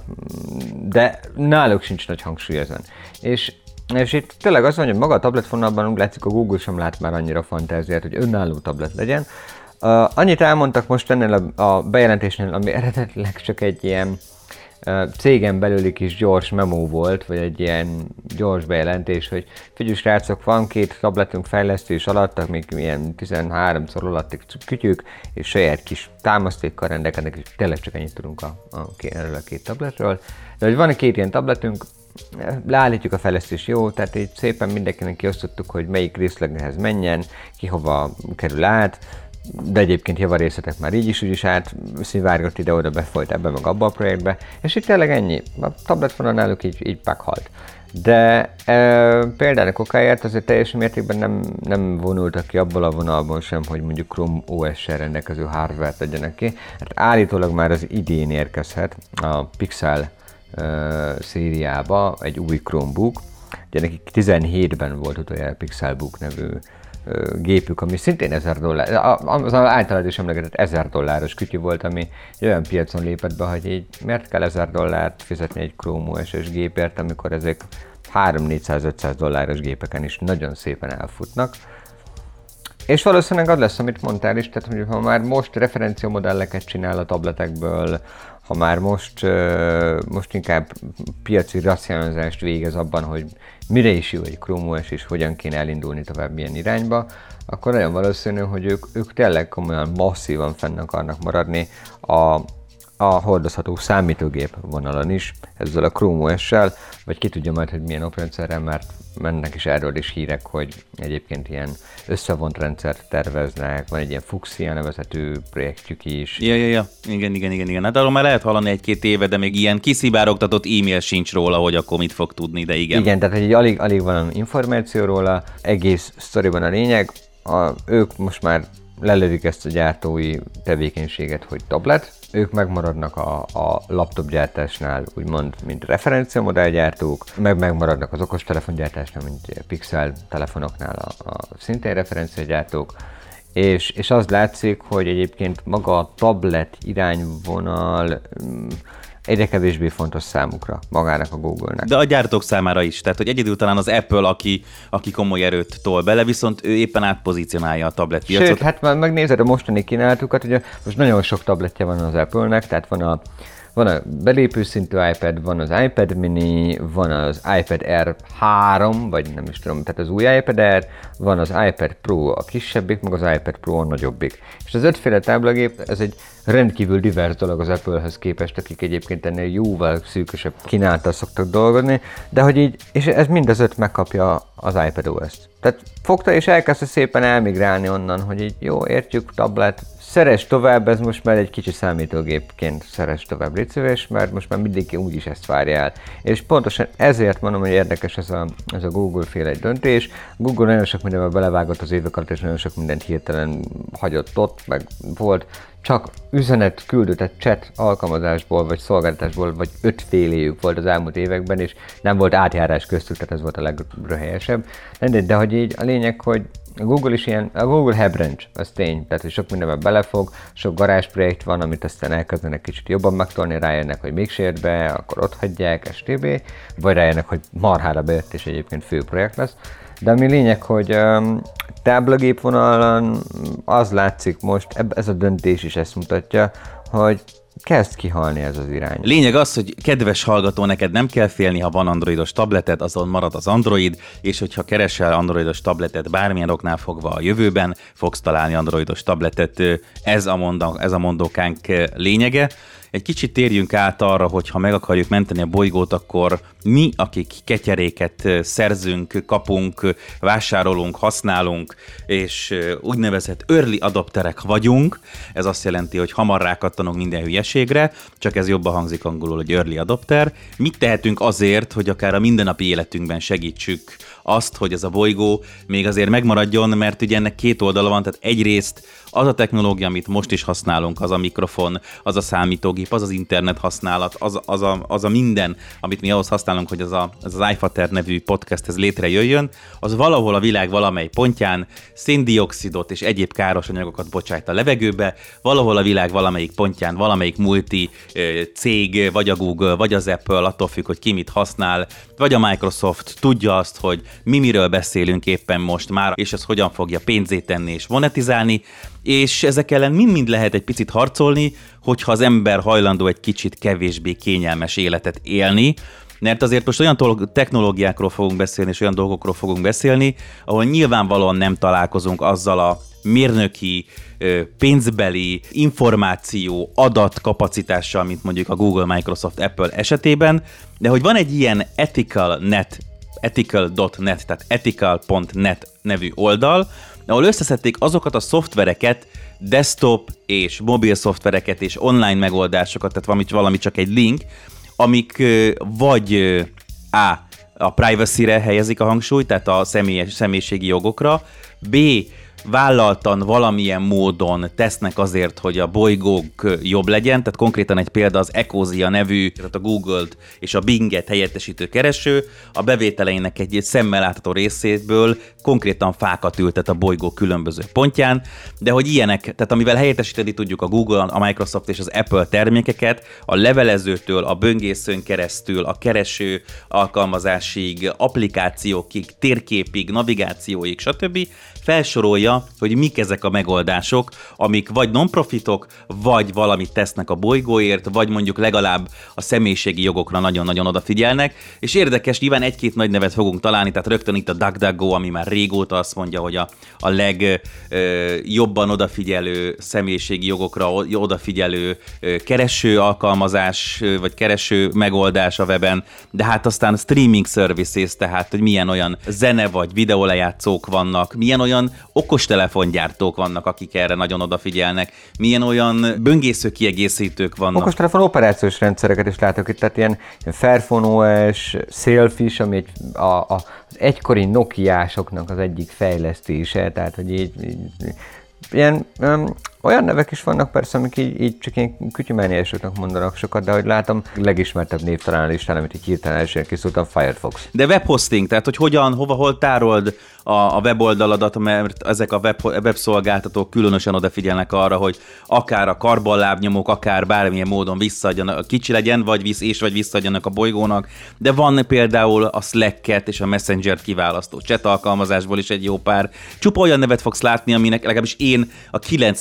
de náluk sincs nagy hangsúly ezen. És itt tényleg az van, hogy maga a tabletfonalban úgy látszik, a Google sem lát már annyira fantáziát, hogy önálló tablet legyen. Annyit elmondtak most ennél a bejelentésnél, ami eredetileg csak egy ilyen cégen belüli kis gyors memó volt, vagy egy ilyen gyors bejelentés, hogy figyelj srácok, van 2 tabletünk fejlesztés alatt, még ilyen 13-szor alatti kütyük, és saját kis támasztékkal rendelkeznek, és tényleg csak ennyit tudunk erről a 2 tabletről. De hogy van 2 ilyen tabletünk, leállítjuk a fejlesztést, jó, tehát így szépen mindenkinek kiosztottuk, hogy melyik részleghez menjen, ki hova kerül át, de egyébként javarészletek már így is átszivárgott ide-oda, befolyt ebbe meg abba a projektbe, és itt tényleg ennyi. A tabletfonal náluk így meghalt. De például a kokáért azért teljes mértékben nem vonultak ki abból a vonalból sem, hogy mondjuk Chrome OS-sel rendelkező hardware-t adjanak ki. Hát állítólag már az idén érkezhet a Pixel szériába egy új Chromebook. Ugye nekik 17-ben volt utoljára Pixelbook nevű gépük, ami szintén $1000, az általában is emlegetett $1000 kütyű volt, ami egy olyan piacon lépett be, hogy így miért kell $1000 fizetni egy Chrome OS-es gépért, amikor ezek $300-400-500 gépeken is nagyon szépen elfutnak. És valószínűleg az lesz, amit mondtál is, tehát hogy ha már most referenciamodelleket csinál a tabletekből, ha már most inkább piaci racionalizást végez abban, hogy mire is jó egy Chrome OS és hogyan kéne elindulni tovább milyen irányba, akkor nagyon valószínű, hogy ők tényleg komolyan masszívan fenn akarnak maradni a hordozható számítógép vonalon is, ezzel a Chrome OS-sel, vagy ki tudja majd, hogy milyen operarendszerrel, mert mennek is erről is hírek, hogy egyébként ilyen összevont rendszert terveznek, van egy ilyen Fuchsia nevezetű projektjük is. Ja. Igen. Hát arról már lehet hallani 1-2 éve, de még ilyen kiszivárogtatott e-mail sincs róla, hogy akkor mit fog tudni, de igen. Igen, tehát egy alig van információ róla, egész sztoriban a lényeg, ők most már lelövik ezt a gyártói tevékenységet, hogy tablet, ők megmaradnak a laptopgyártásnál, úgymond, mint referenciamodellgyártók, megmaradnak az okostelefongyártásnál, mint Pixel telefonoknál a szintén referenciagyártók, és az látszik, hogy egyébként maga a tablet irányvonal egyre kevésbé fontos számukra, magának a Google-nek. De a gyártók számára is, tehát hogy egyedül talán az Apple, aki komoly erőt tol bele, viszont ő éppen átpozícionálja a tabletpiacot. Sőt, hát már megnézed a mostani kínálatukat, ugye most nagyon sok tabletje van az Apple-nek, tehát van a belépő szintű iPad, van az iPad mini, van az iPad Air 3, vagy nem is tudom, tehát az új iPad Air, van az iPad Pro a kisebbik, meg az iPad Pro a nagyobbik. És az 5 táblagép, ez egy rendkívül divers dolog az Apple-höz képest, akik egyébként ennél jóval szűkösebb kínálattal szoktak dolgozni, de hogy így, és ez mind az 5 megkapja az iPad OS-t. Tehát fogta és elkezdte szépen elmigrálni onnan, hogy így jó, értjük, tablet, szeress tovább, ez most már egy kicsi számítógépként szeress tovább, légy szíves, mert most már mindenki úgyis ezt várja el. És pontosan ezért mondom, hogy érdekes ez a Google-féle döntés. Google nagyon sok mindenbe belevágott az évek alatt, és nagyon sok mindent hirtelen hagyott ott, meg volt. Csak üzenet küldött chat alkalmazásból, vagy szolgáltatásból, vagy 5 féléjük volt az elmúlt években, és nem volt átjárás köztük, tehát ez volt a legröhelyesebb. De hogy így a lényeg, hogy a Google is ilyen, a Google hebrancs, az tény, tehát hogy sok mindenben belefog, sok garázsprojekt van, amit aztán elkezdenek kicsit jobban megtolni, rájönnek, hogy mégse ért be, akkor ott hagyják, stb. Vagy rájönnek, hogy marhára bejött, és egyébként fő projekt lesz. De ami lényeg, hogy táblagép vonalon az látszik most, ez a döntés is ezt mutatja, hogy kezd kihalni ez az irány. Lényeg az, hogy kedves hallgató, neked nem kell félni, ha van androidos tableted, azon marad az Android, és hogyha keresel androidos tabletet bármilyen oknál fogva a jövőben, fogsz találni androidos tabletet. Ez a mondókánk lényege. Egy kicsit térjünk át arra, hogy ha meg akarjuk menteni a bolygót, akkor mi, akik ketyeréket szerzünk, kapunk, vásárolunk, használunk, és úgynevezett early adopterek vagyunk. Ez azt jelenti, hogy hamar rákattanunk minden hülyeségre, csak ez jobban hangzik angolul, hogy early adopter. Mit tehetünk azért, hogy akár a mindennapi életünkben segítsük azt, hogy ez a bolygó még azért megmaradjon, mert ugye ennek 2 oldala van, tehát egyrészt az a technológia, amit most is használunk, az a mikrofon, az a számítógép, az az internet használat, az a minden, amit mi ahhoz használunk, hogy az iFater nevű podcasthez létrejöjjön, az valahol a világ valamely pontján széndioxidot és egyéb káros anyagokat bocsájt a levegőbe, valahol a világ valamelyik pontján valamelyik multi cég, vagy a Google, vagy az Apple, attól függ, hogy ki mit használ, vagy a Microsoft tudja azt, hogy mi miről beszélünk éppen most már, és ez hogyan fogja pénzét tenni és monetizálni, és ezek ellen mind lehet egy picit harcolni, hogyha az ember hajlandó egy kicsit kevésbé kényelmes életet élni, mert azért most olyan technológiákról fogunk beszélni, és olyan dolgokról fogunk beszélni, ahol nyilvánvalóan nem találkozunk azzal a mérnöki, pénzbeli, információ, adatkapacitással, mint mondjuk a Google, Microsoft, Apple esetében, de hogy van egy ilyen ethical.net, tehát ethical.net nevű oldal, ahol összeszedték azokat a szoftvereket, desktop és mobil szoftvereket és online megoldásokat, tehát valami csak egy link, amik vagy a privacy-re helyezik a hangsúlyt, tehát a személyiségi jogokra, B. vállaltan valamilyen módon tesznek azért, hogy a bolygók jobb legyen, tehát konkrétan egy példa az Ecosia nevű, tehát a Google-t és a Binget helyettesítő kereső, a bevételeinek egy szemmel látható részéből konkrétan fákat ültet a bolygó különböző pontján, de hogy ilyenek, tehát amivel helyettesíteni tudjuk a Google, a Microsoft és az Apple termékeket, a levelezőtől, a böngészőn keresztül, a kereső alkalmazásig, applikációkig, térképig, navigációig, stb. Felsorolja tudja, hogy mik ezek a megoldások, amik vagy non-profitok, vagy valamit tesznek a bolygóért, vagy mondjuk legalább a személyiségi jogokra nagyon-nagyon odafigyelnek, és érdekes, nyilván egy-két nagy nevet fogunk találni, tehát rögtön itt a DuckDuckGo, ami már régóta azt mondja, hogy a legjobban odafigyelő személyiségi jogokra odafigyelő kereső alkalmazás, vagy kereső megoldás a weben, de hát aztán streaming services, tehát hogy milyen olyan zene vagy videólejátszók vannak, milyen olyan okostelefongyártók vannak, akik erre nagyon odafigyelnek, milyen olyan böngésző kiegészítők vannak. Okostelefon operációs rendszereket is látok itt, tehát ilyen Fairphone OS, Sailfish, ami az egykori Nokiásoknak az egyik fejlesztése, tehát hogy így ilyen, olyan nevek is vannak persze, amik így csak ilyen kütyümániásoknak mondanak sokat, de ahogy látom, legismertebb név talán a listán, amit így hirtelen elsőre készült, a Firefox. De webhosting, tehát hogy hogyan, hol tárold a weboldaladat, mert ezek a webszolgáltatók különösen odafigyelnek arra, hogy akár a karbonlábnyomók, akár bármilyen módon visszaadjanak, kicsi legyen, vagy visszaadjanak a bolygónak, de van például a Slack-et és a Messenger-t kiválasztó chat alkalmazásból is egy jó pár. Csupa olyan nevet fogsz látni, aminek legalábbis én a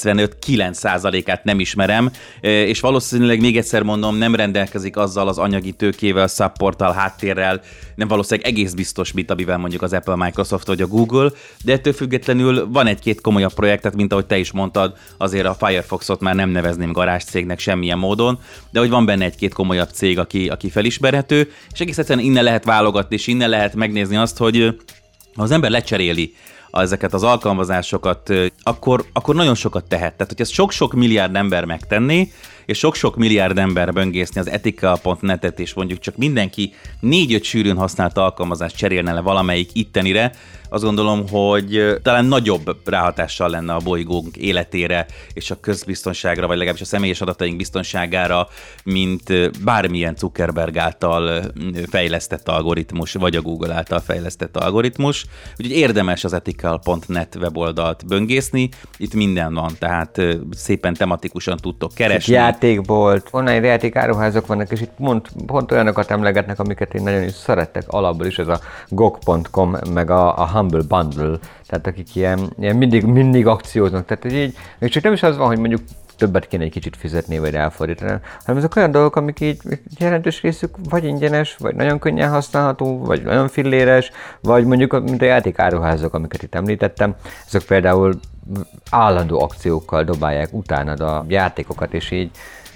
95-9%-át nem ismerem, és valószínűleg még egyszer mondom, nem rendelkezik azzal az anyagi tőkével, supporttal, háttérrel, nem valószínűleg egész biztos, mint amivel mondjuk az Apple, Microsoft vagy a Google, de ettől függetlenül van egy-két komolyabb projektet, mint ahogy te is mondtad, azért a Firefoxot már nem nevezném garázscégnek semmilyen módon, de hogy van benne egy-két komolyabb cég, aki felismerhető, és egész egyszerűen innen lehet válogatni, és innen lehet megnézni azt, hogy ha az ember lecseréli ezeket az alkalmazásokat, akkor nagyon sokat tehet. Tehát, hogy ezt sok-sok milliárd ember megtenné, és sok-sok milliárd ember böngészni az ethical.net-et, és mondjuk csak mindenki 4-5 sűrűn használt alkalmazást cserélne le valamelyik ittenire, azt gondolom, hogy talán nagyobb ráhatással lenne a bolygónk életére és a közbiztonságra, vagy legalábbis a személyes adataink biztonságára, mint bármilyen Zuckerberg által fejlesztett algoritmus, vagy a Google által fejlesztett algoritmus. Úgyhogy érdemes az ethical.net weboldalt böngészni, itt minden van, tehát szépen tematikusan tudtok keresni. Játékbolt, online játékáruházak vannak, és itt pont olyanokat emlegetnek, amiket én nagyon is szerettek alapból is, ez a GOG.com, meg a Humble Bundle, tehát akik ilyen mindig akcióznak, tehát hogy így, még csak nem is az van, hogy mondjuk többet kéne egy kicsit fizetni, vagy elfordítani, hanem ezek olyan dolgok, amik így jelentős részük vagy ingyenes, vagy nagyon könnyen használható, vagy nagyon filléres, vagy mondjuk mint a játékáruházak, amiket itt említettem, ezek például állandó akciókkal dobálják utánad a játékokat, és így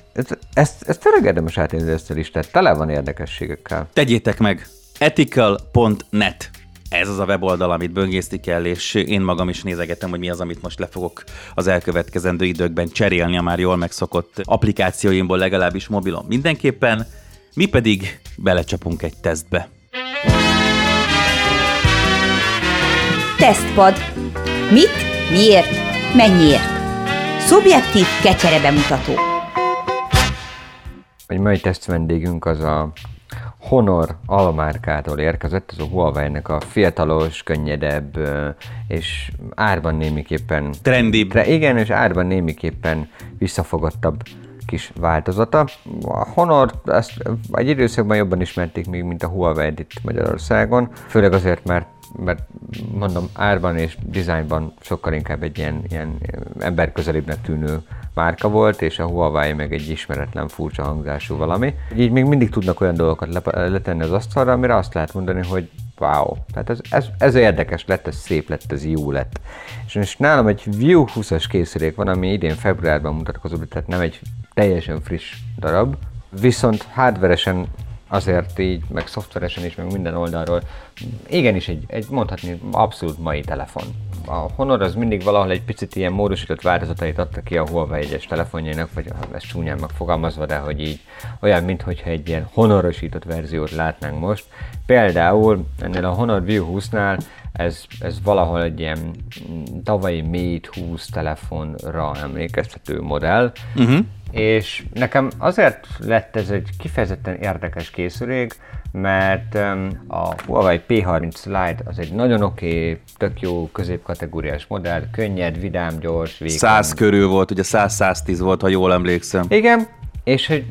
ezt tényleg érdemes átnézni ezt a listát, tele van érdekességekkel. Tegyétek meg! Ethical.net. Ez az a weboldal, amit böngészni kell, és én magam is nézegetem, hogy mi az, amit most le fogok az elkövetkezendő időkben cserélni a már jól megszokott applikációimból, legalábbis mobilon mindenképpen. Mi pedig belecsapunk egy tesztbe. Tesztpad. Mit, miért, mennyiért? Szubjektív kecsere bemutató. Egy mai teszt vendégünk az a Honor almárkától érkezett, az a Huawei-nek a fiatalos, könnyedebb és árban némiképpen trendibb. Igen, és árban némiképpen visszafogottabb kis változata. A Honor ezt egy időszakban jobban ismerték még, mint a Huawei-t itt Magyarországon, főleg azért, mert mondom, árban és dizájnban sokkal inkább egy ilyen emberközelibbnek tűnő márka volt, és a Huawei meg egy ismeretlen, furcsa hangzású valami. Így még mindig tudnak olyan dolgokat letenni az asztalra, amire azt lehet mondani, hogy wow, tehát ez érdekes lett, ez szép lett, ez jó lett. És nálam egy View 20-as készülék van, ami idén februárban mutatkozott, tehát nem egy teljesen friss darab, viszont hardveresen azért így, meg szoftveresen is, meg minden oldalról igenis egy mondhatni abszolút mai telefon. A Honor az mindig valahol egy picit ilyen módosított változatait adta ki a Huawei egyes telefonjainak, vagy ez csúnyán megfogalmazva, de hogy így olyan, mintha egy ilyen honorosított verziót látnánk most. Például ennél a Honor View 20-nál ez valahol egy ilyen tavalyi Mate 20 telefonra emlékeztető modell, és nekem azért lett ez egy kifejezetten érdekes készülék, mert a Huawei P30 Lite az egy nagyon oké, tök jó középkategóriás modell, könnyed, vidám, gyors, vékony. 100 körül volt, ugye 100-110 volt, ha jól emlékszem. Igen, és hogy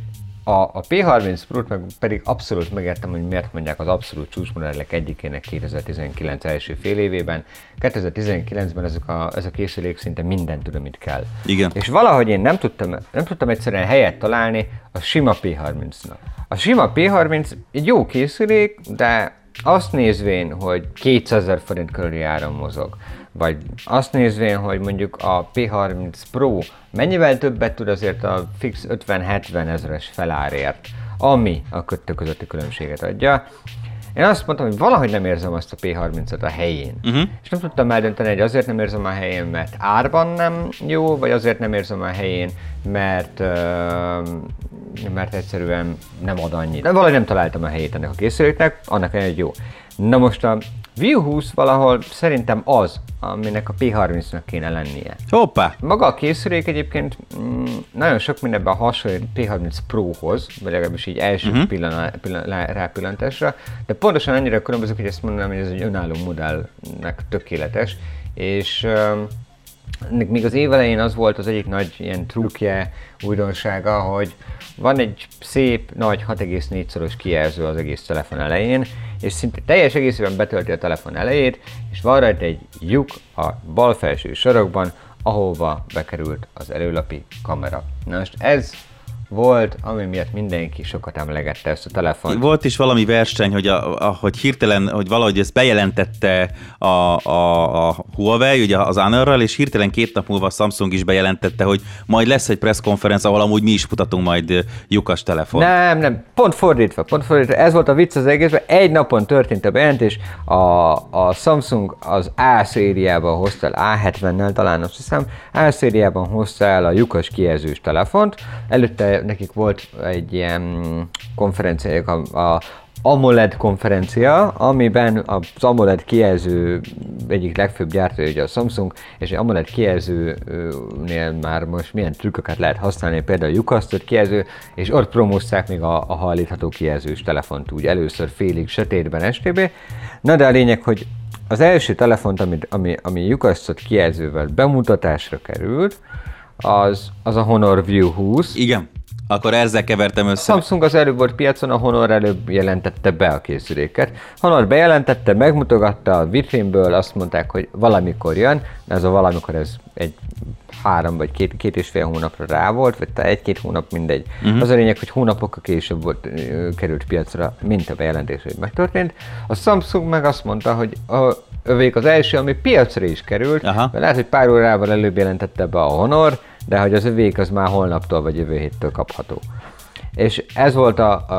A P30 Pro-t meg pedig abszolút megértem, hogy miért mondják az abszolút csúcsmodellek egyikének 2019 első fél évében. 2019-ben ez a készülék szinte mindent tud, amit kell. Igen. És valahogy én nem tudtam egyszerűen helyet találni a sima P30-nak. A sima P30 egy jó készülék, de azt nézvén, hogy 200 000 forint körüli áron mozog, vagy azt nézvén, hogy mondjuk a P30 Pro mennyivel többet tud azért a fix 50-70 ezeres felárért, ami a kettő közötti különbséget adja. Én azt mondtam, hogy valahogy nem érzem azt a P30-at a helyén. És nem tudtam eldönteni, hogy azért nem érzem a helyén, mert árban nem jó, vagy azért nem érzem a helyén, mert egyszerűen nem ad annyit. De valahogy nem találtam a helyét ennek a készüléknek, annak egy jó. Na most a View 20 valahol szerintem az, aminek a P30-nak kéne lennie. Hoppá! Maga a készülék egyébként nagyon sok mindenben hasonlít P30 Prohoz, vagy legalábbis így első rápillantásra, de pontosan annyira különbözik, hogy ezt mondanám, hogy ez egy önálló modellnek tökéletes, és még az év elején az volt az egyik nagy ilyen trukkje, újdonsága, hogy van egy szép, nagy 6,4-szoros kijelző az egész telefon elején, és szinte teljes egészében betölti a telefon elejét, és van rajta egy lyuk a bal felső sarokban, ahova bekerült az előlapi kamera. Na most ez volt, ami miatt mindenki sokat emlegette ezt a telefont. Volt is valami verseny, hogy hirtelen, hogy valahogy ezt bejelentette a Huawei, ugye az Honorral, és hirtelen 2 nap múlva a Samsung is bejelentette, hogy majd lesz egy presszkonferenc, ahol amúgy mi is mutatunk majd lyukas telefont. Nem, pont fordítva. Ez volt a vicc az egészben. Egy napon történt a bejelentés, a Samsung az A szériában hozta el, A70-nel talán azt hiszem, A szériában hozta el a lyukas kijelzős telefont. Előtte nekik volt egy ilyen konferenciájuk, a AMOLED konferencia, amiben az AMOLED kijelző egyik legfőbb gyártója ugye a Samsung, és egy AMOLED kijelzőnél már most milyen trükköket lehet használni, például a lyukasztott kijelző, és ott promózták még a hajlítható kijelzős telefont úgy először félig sötétben STB. Na de a lényeg, hogy az első telefont, ami lyukasztott kijelzővel bemutatásra került, az a Honor View 20. Igen. Akkor ezzel kevertem össze. A Samsung az előbb volt piacon, a Honor előbb jelentette be a készüléket. Honor bejelentette, megmutogatta a vitrínből, azt mondták, hogy valamikor jön, de ez a valamikor ez egy 3 vagy 2,5 hónapra rá volt, vagy 1-2 hónap, mindegy. Az a lényeg, hogy hónapokkal később került piacra, mint a bejelentés, hogy megtörtént. A Samsung meg azt mondta, hogy övék az első, ami piacra is került, mert lehet, hogy pár órával előbb jelentette be a Honor, de hogy az övék az már holnaptól vagy jövő héttől kapható. És ez volt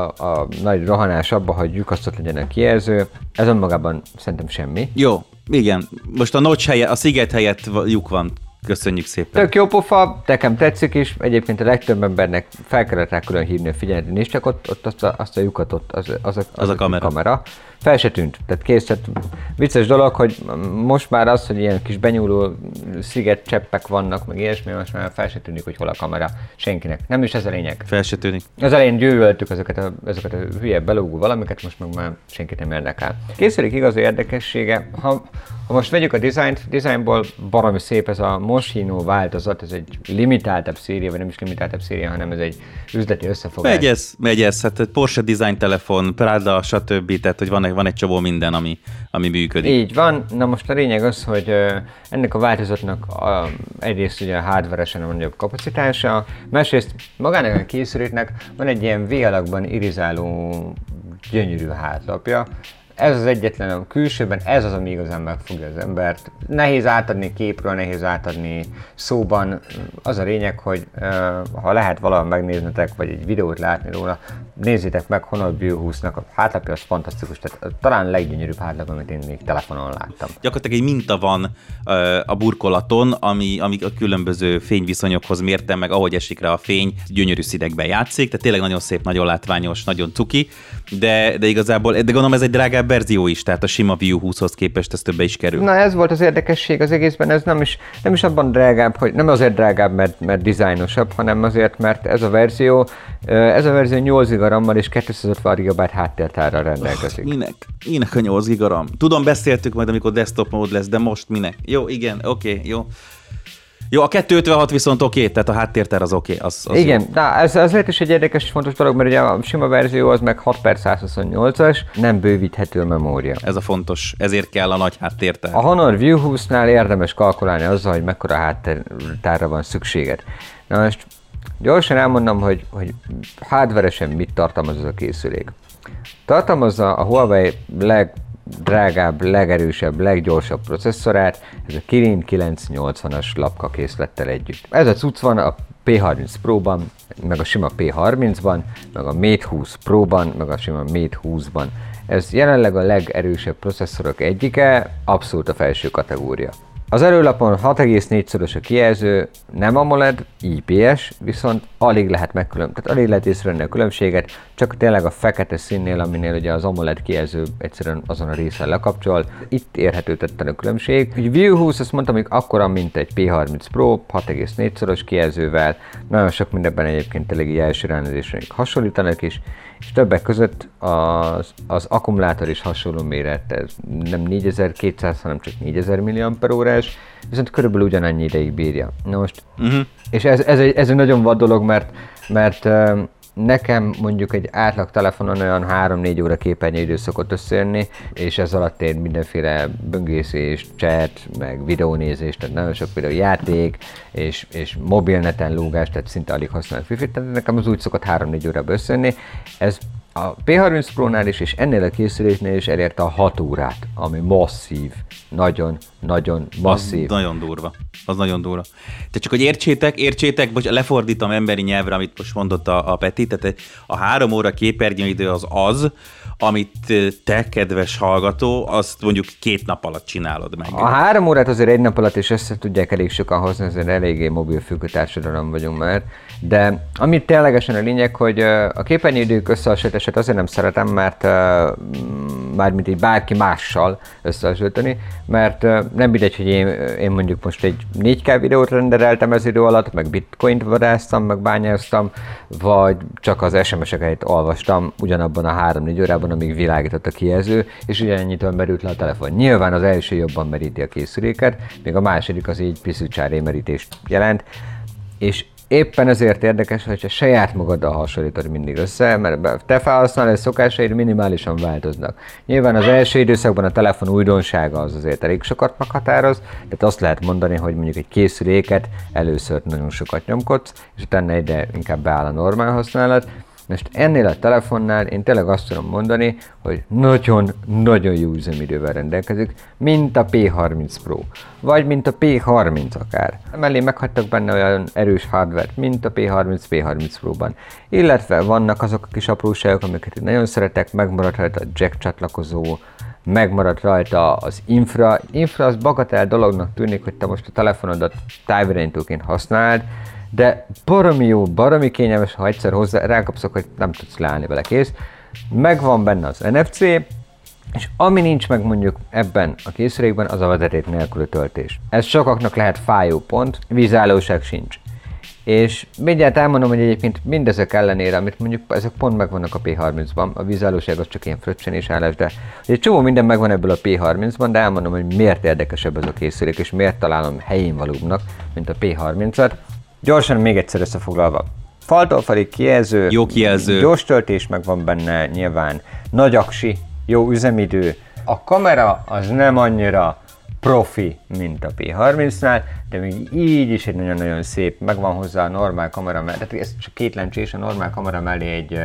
a nagy rohanás abba, hogy lyukasztott legyen a kijelző, ez önmagában szerintem semmi. Jó, igen. Most a notch helyett, a sziget helyett lyuk van. Köszönjük szépen. Tök jó pofa, nekem tetszik is, egyébként a legtöbb embernek fel kellett rá külön hívni a figyelmet, nézd csak ott azt a lyukat, ott az a kamera. Fel se tűnt, tehát kész, tehát vicces dolog, hogy most már az, hogy ilyen kis benyúló szigetcseppek vannak, meg ilyesmi, most már fel se tűnik, hogy hol a kamera senkinek. Nem is ez a lényeg. Fel se tűnik. Az elején gyűlöltük ezeket a hülye belógó valamiket, most meg már senkit nem érdekel. Készülék igazi érdekessége, ha most vegyük a dizájnból baromi szép ez a Moschino változat, ez egy limitáltabb széria, vagy nem is limitáltabb széria, hanem ez egy üzleti összefogás. Megy ez, hát Porsche design telefon, Prada, stb. Tehát, hogy van egy csomó minden, ami működik. Így van, na most a lényeg az, hogy ennek a változatnak egyrészt ugye a hardware-esen a nagyobb kapacitása, másrészt magának a készüléknek van egy ilyen V-alakban irizáló gyönyörű hátlapja. Ez az egyetlen a külsőben, ez az, ami igazán megfogja az embert. Nehéz átadni képről, nehéz átadni szóban. Az a lényeg, hogy ha lehet valahol megnéznetek, vagy egy videót látni róla, nézzétek meg Honor View 20-nak, a hátlapja az fantasztikus, tehát talán a leggyönyörűbb hátlap, amit én még telefonon láttam. Gyakorlatilag egy minta van a burkolaton, ami a különböző fényviszonyokhoz mérte meg, ahogy esik rá a fény, gyönyörű színekben játszik, tehát tényleg nagyon szép, nagyon látványos, nagyon cuki, de igazából, de gondolom ez egy drágább verzió is, tehát a sima View 20-hoz képest ez többe is kerül. Na ez volt az érdekesség az egészben, ez nem is abban drágább, hogy nem azért drágább, mert dizájnosabb, hanem azért, mert ez a verzió 8 GB RAM-mal és 250 GB háttértárral rendelkezik. Minek a 8 GB RAM? Tudom, beszéltük majd, amikor desktop mód lesz, de most minek? Jó, igen, oké, jó. Jó, a 256 viszont oké, tehát a háttérter az oké. Az igen, jó. na, ez lehet is egy érdekes és fontos dolog, mert ugye a sima verzió az meg 6/128-as, nem bővíthető a memória. Ez a fontos, ezért kell a nagy háttérter. A Honor View 20-nál érdemes kalkulálni azzal, hogy mekkora háttértárra van szükséged. Na most gyorsan elmondom, hogy hardveresen mit tartalmaz az a készülék. Tartalmazza a Huawei legdrágább, legerősebb, leggyorsabb processzorát, ez a Kirin 980-as lapkakészlettel együtt. Ez a cucc van a P30 Pro-ban, meg a sima P30-ban, meg a Mate 20 Pro-ban, meg a sima Mate 20-ban. Ez jelenleg a legerősebb processzorok egyike, abszolút a felső kategória. Az erőlapon 6,4-szoros a kijelző, nem AMOLED, IPS, viszont alig lehet észrevenni a különbséget, csak tényleg a fekete színnél, aminél ugye az AMOLED kijelző egyszerűen azon a részen lekapcsol, itt érhető tetten a különbség. Ugye View 20, azt mondtam, hogy akkora, mint egy P30 Pro, 6,4-szoros kijelzővel, nagyon sok mindenben egyébként tényleg így első ránézésre hasonlítanak is, és többek között az akkumulátor is hasonló méret, ez nem 4200, hanem csak 4000 mAh, viszont körülbelül ugyanannyi ideig bírja. Na most, és ez egy nagyon vad dolog, mert nekem mondjuk egy átlag telefonon olyan 3-4 óra képernyőidő szokott összejönni, és ez alatt én mindenféle böngészés, chat, meg videónézés, tehát nagyon sok videó játék, és mobilneten lógás, tehát szinte alig használok Wi-Fi-t, tehát nekem az úgy szokott 3-4 órába összejönni. Ez a P30 Pro-nál is, és ennél a készüléknél is elérte a 6 órát, ami masszív, nagyon masszív. Az nagyon durva. Az nagyon durva. Tehát csak, hogy értsétek, lefordítom emberi nyelvre, amit most mondott a Peti, tehát a 3 óra képernyőidő az, amit te, kedves hallgató, azt mondjuk 2 nap alatt csinálod meg. A 3 órát azért 1 nap alatt is össze tudják elég sokan hozni, azért eléggé mobilfüggő társadalom vagyunk már. De amit ténylegesen a lényeg, hogy a képernyőidők összehasonlítását azért nem szeretem, mert mármint így bárki mással összehasonlítani, mert nem mindegy, hogy én mondjuk most egy 4K videót rendereltem ez idő alatt, meg bitcoint vadásztam, meg bányáztam, vagy csak az SMS-eket olvastam ugyanabban a 3-4 órában, amíg világított a kijelző, és ugyanennyitől merült le a telefon. Nyilván az első jobban meríti a készüléket, még a második az így piszűcsáré merítést jelent, és éppen ezért érdekes, hogyha saját magaddal hasonlítod mindig össze, mert te felhasználás szokásaid minimálisan változnak. Nyilván az első időszakban a telefon újdonsága az azért elég sokat meghatároz, tehát azt lehet mondani, hogy mondjuk egy készüléket először nagyon sokat nyomkodsz, és utána egyre inkább beáll a normál használat. Most ennél a telefonnál én tényleg azt tudom mondani, hogy nagyon jó üzemidővel rendelkezik, mint a P30 Pro, vagy mint a P30 akár. Mellé meghagytak benne olyan erős hardware-t, mint a P30 Pro-ban. Illetve vannak azok a kis apróságok, amiket én nagyon szeretek, megmaradt rajta a jack csatlakozó, megmaradt rajta az infra. Infra az bagatel dolognak tűnik, hogy te most a telefonodat távirányítóként használd, de baromi jó, baromi kényelmes, ha egyszer hozzá rákapszok, hogy nem tudsz leállni vele, kész. Megvan benne az NFC, és ami nincs meg mondjuk ebben a készülékben, az a vezeték nélküli töltés. Ez sokaknak lehet fájó pont, vízállóság sincs. És mindjárt elmondom, hogy egyébként mindezek ellenére, amit mondjuk ezek pont megvannak a P30-ban, a vízállóság az csak ilyen fröccsenés állás, de egy csomó minden megvan ebből a P30-ban, de elmondom, hogy miért érdekesebb ez a készülék, és miért találom helyén valóbbnak, mint a P30-at. Gyorsan még egyszer összefoglalva. Faltól falig kijelző, jó kijelző, gyors töltés megvan benne, nyilván nagy aksi, jó üzemidő. A kamera az nem annyira profi, mint a P30-nál, de még így is egy nagyon-nagyon szép, megvan hozzá a normál kamera mellé, tehát ez csak 2 lencsés, a normál kamera mellé egy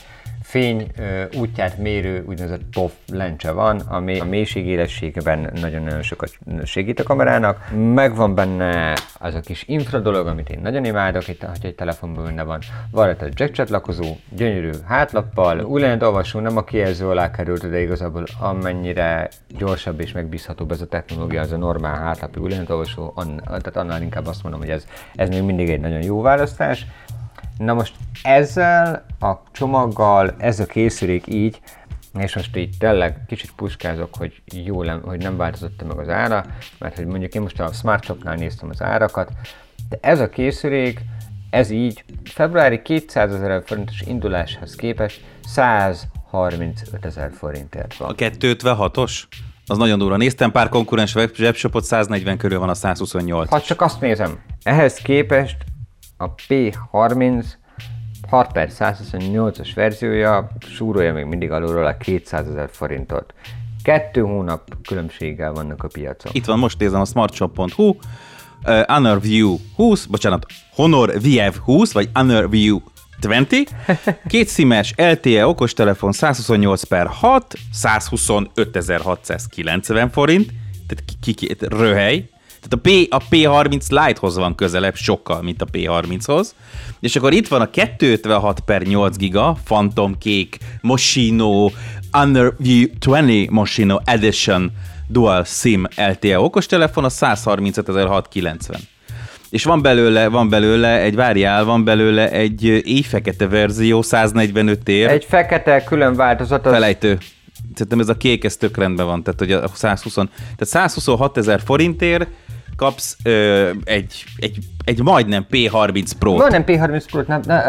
fény útját mérő úgynevezett POV lencse van, ami a mélységélességben nagyon-nagyon sokat segít a kamerának. Megvan benne az a kis infra dolog, amit én nagyon imádok, itt, hogy egy telefonban benne van. Van a jack csatlakozó, gyönyörű hátlappal, újlenyt olvasó, nem a kijelző alá került, de igazából amennyire gyorsabb és megbízhatóbb ez a technológia, az a normál hátlapú újlenyt olvasó, tehát annál inkább azt mondom, hogy ez még mindig egy nagyon jó választás. Na most ezzel a csomaggal, ez a készülék így, és most így tényleg kicsit puskázok, hogy hogy nem változott meg az ára, mert hogy mondjuk én most a Smart Shopnál néztem az árakat, de ez a készülék, ez így februári 200 000 forintos induláshoz képest 135 000 forintért van. A 256-os? Az nagyon durva. Néztem pár konkurens webshopot, 140 körül van a 128. Ha csak azt nézem, ehhez képest a P30 6/128-as verziója súrolja még mindig alulról a 200 000 forintot. 2 hónap különbséggel vannak a piacon. Itt van, most nézem a smartshop.hu, Honor View 20, Honor VF20, vagy Honor View 20, 2 SIM-es LTE okostelefon 128/6, 125.690 forint, tehát röhely. Tehát a P30 Lite-hoz van közelebb sokkal, mint a P30-hoz. És akkor itt van a 256/8 giga Phantom Cake Moschino Honor View 20 Moschino Edition Dual SIM LTE okostelefon, a 135.690. És van belőle egy éjfekete verzió, 145 ér. Egy fekete külön változat. Felejtő. Szerintem ez a kék, ez tök rendben van. Tehát, hogy a 126 000 forintért kapsz egy majdnem P30 Pro-t. Majdnem P30 Pro-t,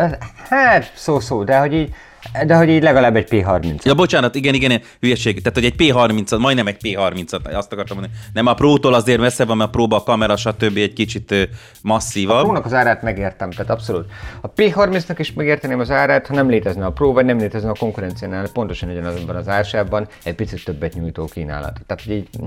hát szó, de hogy így legalább egy P30. Ja, bocsánat, igen, hülyeség. Tehát, hogy egy P30-at, majdnem egy P30-at, azt akartam mondani. Nem, a Pro-tól azért messze van, mert a Pro-ba a kamera, stb. Egy kicsit masszívabb. A Pro-nak az árát megértem, tehát abszolút. A P30-nak is megérteném az árát, ha nem létezne a Pro, vagy nem létezne a konkurenciánál, pontosan ugyanazonban az ársávban egy picit többet nyújtó kínálat. Tehát, hogy így,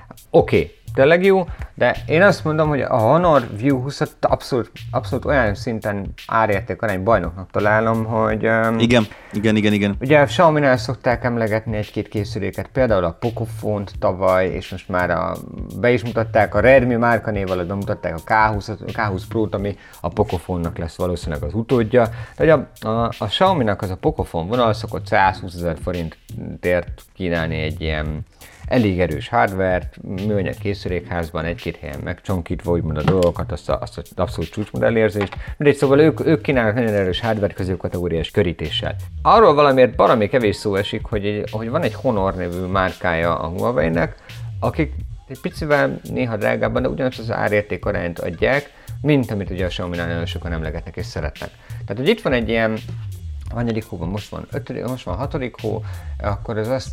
oké, tényleg jó, de én azt mondom, hogy a Honor View 20-at abszolút olyan szinten árérték arány bajnoknak találom, hogy... Igen. Ugye a Xiaomi-nál szokták emlegetni egy-két készüléket, például a Pocophone-t tavaly, és most már be is mutatták, a Redmi márkanév alatt bemutatták a K20 Pro-t, ami a Pocophone-nak lesz valószínűleg az utódja. De a Xiaomi-nak az a Pocophone vonal szokott 120 000 forintért kínálni egy ilyen elég erős hardware-t, műanyag készülékházban, egy-két helyen megcsonkítva úgymond a dolgokat, azt az abszolút csúcsmodellérzést. Mindegy, szóval ők kínálnak nagyon erős hardware középkategóriás körítéssel. Arról valamiért baromi kevés szó esik, hogy van egy Honor nevű márkája a Huawei-nek, akik egy picivel néha drágábban, de ugyanazt az árérték arányt adják, mint amit ugye a Xiaomi-nál nagyon sokan emlegetnek és szeretnek. Tehát, hogy itt van egy ilyen hanyadik hóban, most van 6. hó, akkor az azt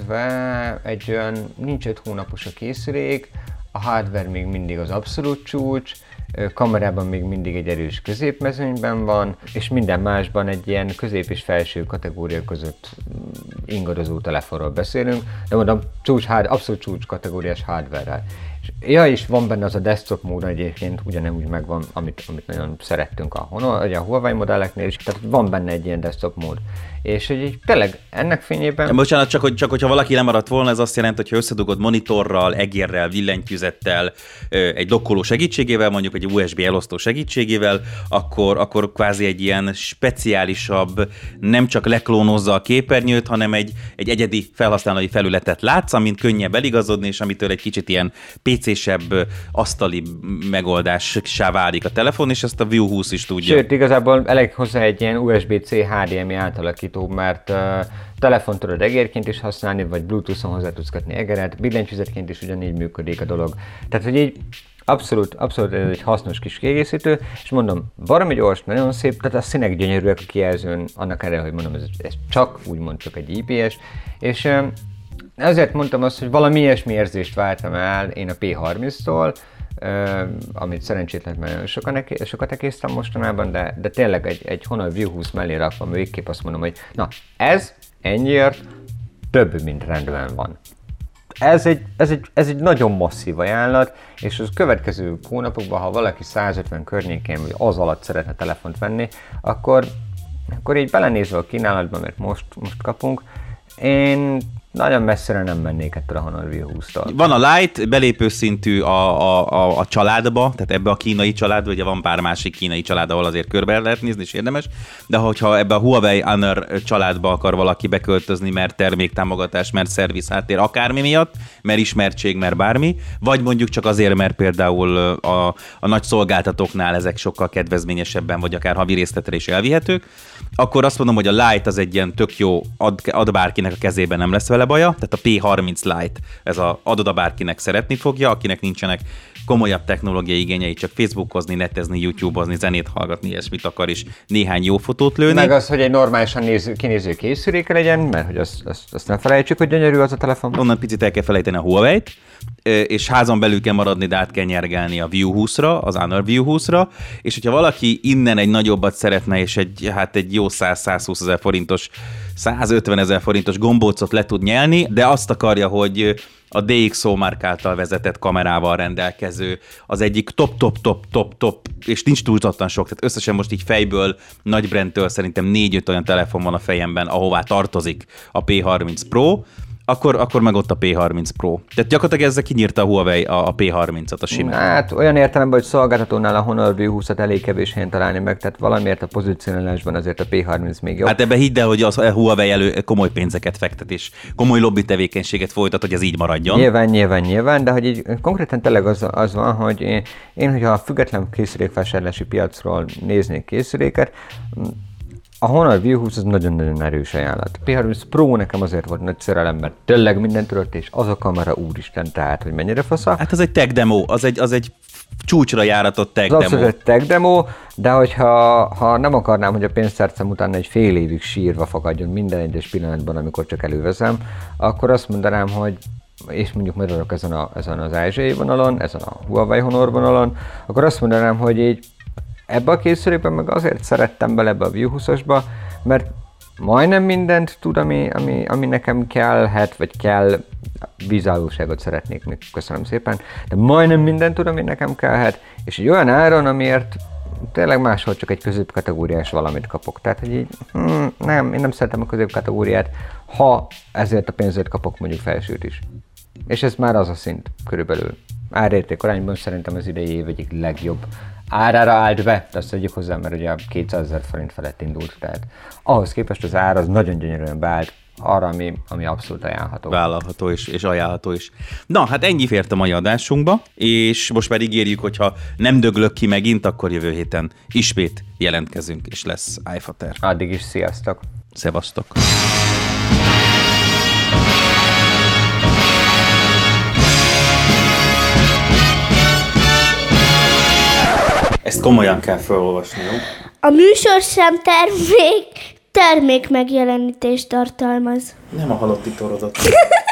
nézve egy olyan, nincs 5 hónapos a készülék, a hardware még mindig az abszolút csúcs, kamerában még mindig egy erős középmezőnyben van, és minden másban egy ilyen közép és felső kategória között ingadozó telefonról beszélünk, de mondom, abszolút csúcs kategóriás hardware-rel. Ja, és van benne az a desktop mód egyébként, ugyanúgy megvan, amit nagyon szerettünk a Huawei modelleknél is, tehát van benne egy ilyen desktop mód. És hogy tényleg ennek fényében... Bocsánat, csak hogyha valaki lemaradt volna, ez azt jelenti, hogy ha összedugod monitorral, egérrel, billentyűzettel, egy dokkoló segítségével, mondjuk egy USB elosztó segítségével, akkor kvázi egy ilyen speciálisabb, nem csak leklónozza a képernyőt, hanem egy egyedi felhasználói felületet látsz, amint könnyebb eligazodni, és amitől egy kicsit ilyen PC-sebb, asztali megoldássá válik a telefon, és ezt a View 20 is tudja. Sőt, igazából elég hozzá egy ilyen USB-C HDMI átalakító, mert telefont tudod egérként is használni, vagy Bluetooth-on hozzá tudsz kötni egeret, billentyűzetként is ugyanígy működik a dolog. Tehát, hogy így abszolút ez egy hasznos kis kiegészítő, és mondom, baromi gyors, nagyon szép, tehát a színek gyönyörűek a kijelzőn, annak erre, hogy mondom, ez csak egy IPS, és ezért mondtam azt, hogy valami ilyesmi érzést vártam el én a P30-tól, amit szerencsétlen nagyon sokat ekésztem mostanában, de tényleg egy Honor View 20 mellé rakva végképp azt mondom, hogy na, ez ennyiért több, mint rendben van. Ez egy nagyon masszív ajánlat, és az következő hónapokban, ha valaki 150 környékén, vagy az alatt szeretne telefont venni, akkor így belenézve a kínálatba, mert most kapunk, én nagyon messzire nem mennék ettől a Honor View 20-tól. Van a Lite, belépő szintű a családba, tehát ebbe a kínai családba, ugye van pár másik kínai család, ahol azért körbe lehet nézni, és érdemes, de hogyha ebbe a Huawei Honor családba akar valaki beköltözni, mert terméktámogatás, mert szerviz háttér, akármi miatt, mert ismertség, mert bármi, vagy mondjuk csak azért, mert például a nagy szolgáltatóknál ezek sokkal kedvezményesebben, vagy akár havi részletre is elvihetők, akkor azt mondom, hogy a Lite az egy ilyen tök jó, ad bárkinek a kezében, nem lesz vele baja, tehát a P30 Lite, ez adod a bárkinek szeretni fogja, akinek nincsenek komolyabb technológiai igényei, csak Facebookozni, netezni, YouTube-ozni, zenét hallgatni, ilyesmit akar, és néhány jó fotót lőni. Meg az, hogy egy normálisan kinéző készüléke legyen, mert hogy azt nem felejtsük, hogy gyönyörű az a telefon. Onnan picit el kell felejteni a Huawei-t, és házon belül kell maradni, de át kell nyergelni a View 20-ra, az Honor View 20-ra, és hogyha valaki innen egy nagyobbat szeretne, és egy jó 100-120 ezer forintos, 150 ezer forintos gombócot le tud nyelni, de azt akarja, hogy a DxO márk által vezetett kamerával rendelkező, az egyik top, és nincs túlzottan sok, tehát összesen most így fejből, nagy brandtől szerintem 4-5 olyan telefon van a fejemben, ahová tartozik a P30 Pro, akkor meg ott a P30 Pro. Tehát gyakorlatilag ezzel kinyírta a Huawei a P30-at a simán. Hát olyan értelemben, hogy szolgáltatónál a Honor View 20-at elég kevés helyen találni meg, tehát valamiért a pozícionálásban azért a P30 még jobb. Hát ebbe hidd el, hogy a Huawei komoly pénzeket fektet, és komoly lobby tevékenységet folytat, hogy ez így maradjon. Nyilván, de hogy így konkrétan tényleg az van, hogy én hogyha a független készülékvásárlási piacról néznék készüléket, a Honor View 20 az nagyon-nagyon erős ajánlat. A P30 Pro nekem azért volt nagy szerelem, mert tényleg mindent tudott, és az a kamera úristen, tehát, hogy mennyire fasza. Hát az egy tech demo, az egy csúcsra járatott tech demo. Az egy tech demo, de hogyha nem akarnám, hogy a pénztárcám utána egy fél évig sírva fakadjon minden egyes pillanatban, amikor csak előveszem, akkor azt mondanám, hogy és mondjuk maradok ezen az Ázsiai vonalon, ezen a Huawei Honor vonalon, akkor azt mondanám, hogy így ebbe a készülékben meg azért szerettem bele ebbe a View 20-asba, mert majdnem mindent tud, ami nekem kellhet, vagy kell, vízállóságot szeretnék még, köszönöm szépen, de majdnem mindent tud, ami nekem kellhet, és egy olyan áron, amiért tényleg máshol csak egy középkategóriás valamit kapok. Tehát, hogy így, én nem szeretem a középkategóriát, ha ezért a pénzért kapok mondjuk felsőt is. És ez már az a szint körülbelül. Árérték arányban szerintem az idei év egyik legjobb árára állt be, de azt tegyük hozzá, mert ugye 200 000 forint felett indult, tehát ahhoz képest az ár az nagyon gyönyörűen beállt arra, ami abszolút ajánlható. Vállalható és ajánlható is. Na, hát ennyi fért a mai adásunkba, és most már ígérjük, hogyha nem döglök ki megint, akkor jövő héten ismét jelentkezünk, és lesz iFater. Addig is sziasztok! Szevasztok! Ezt komolyan kell felolvasni, jó? A műsorszám termék megjelenítést tartalmaz. Nem a halotti torodat.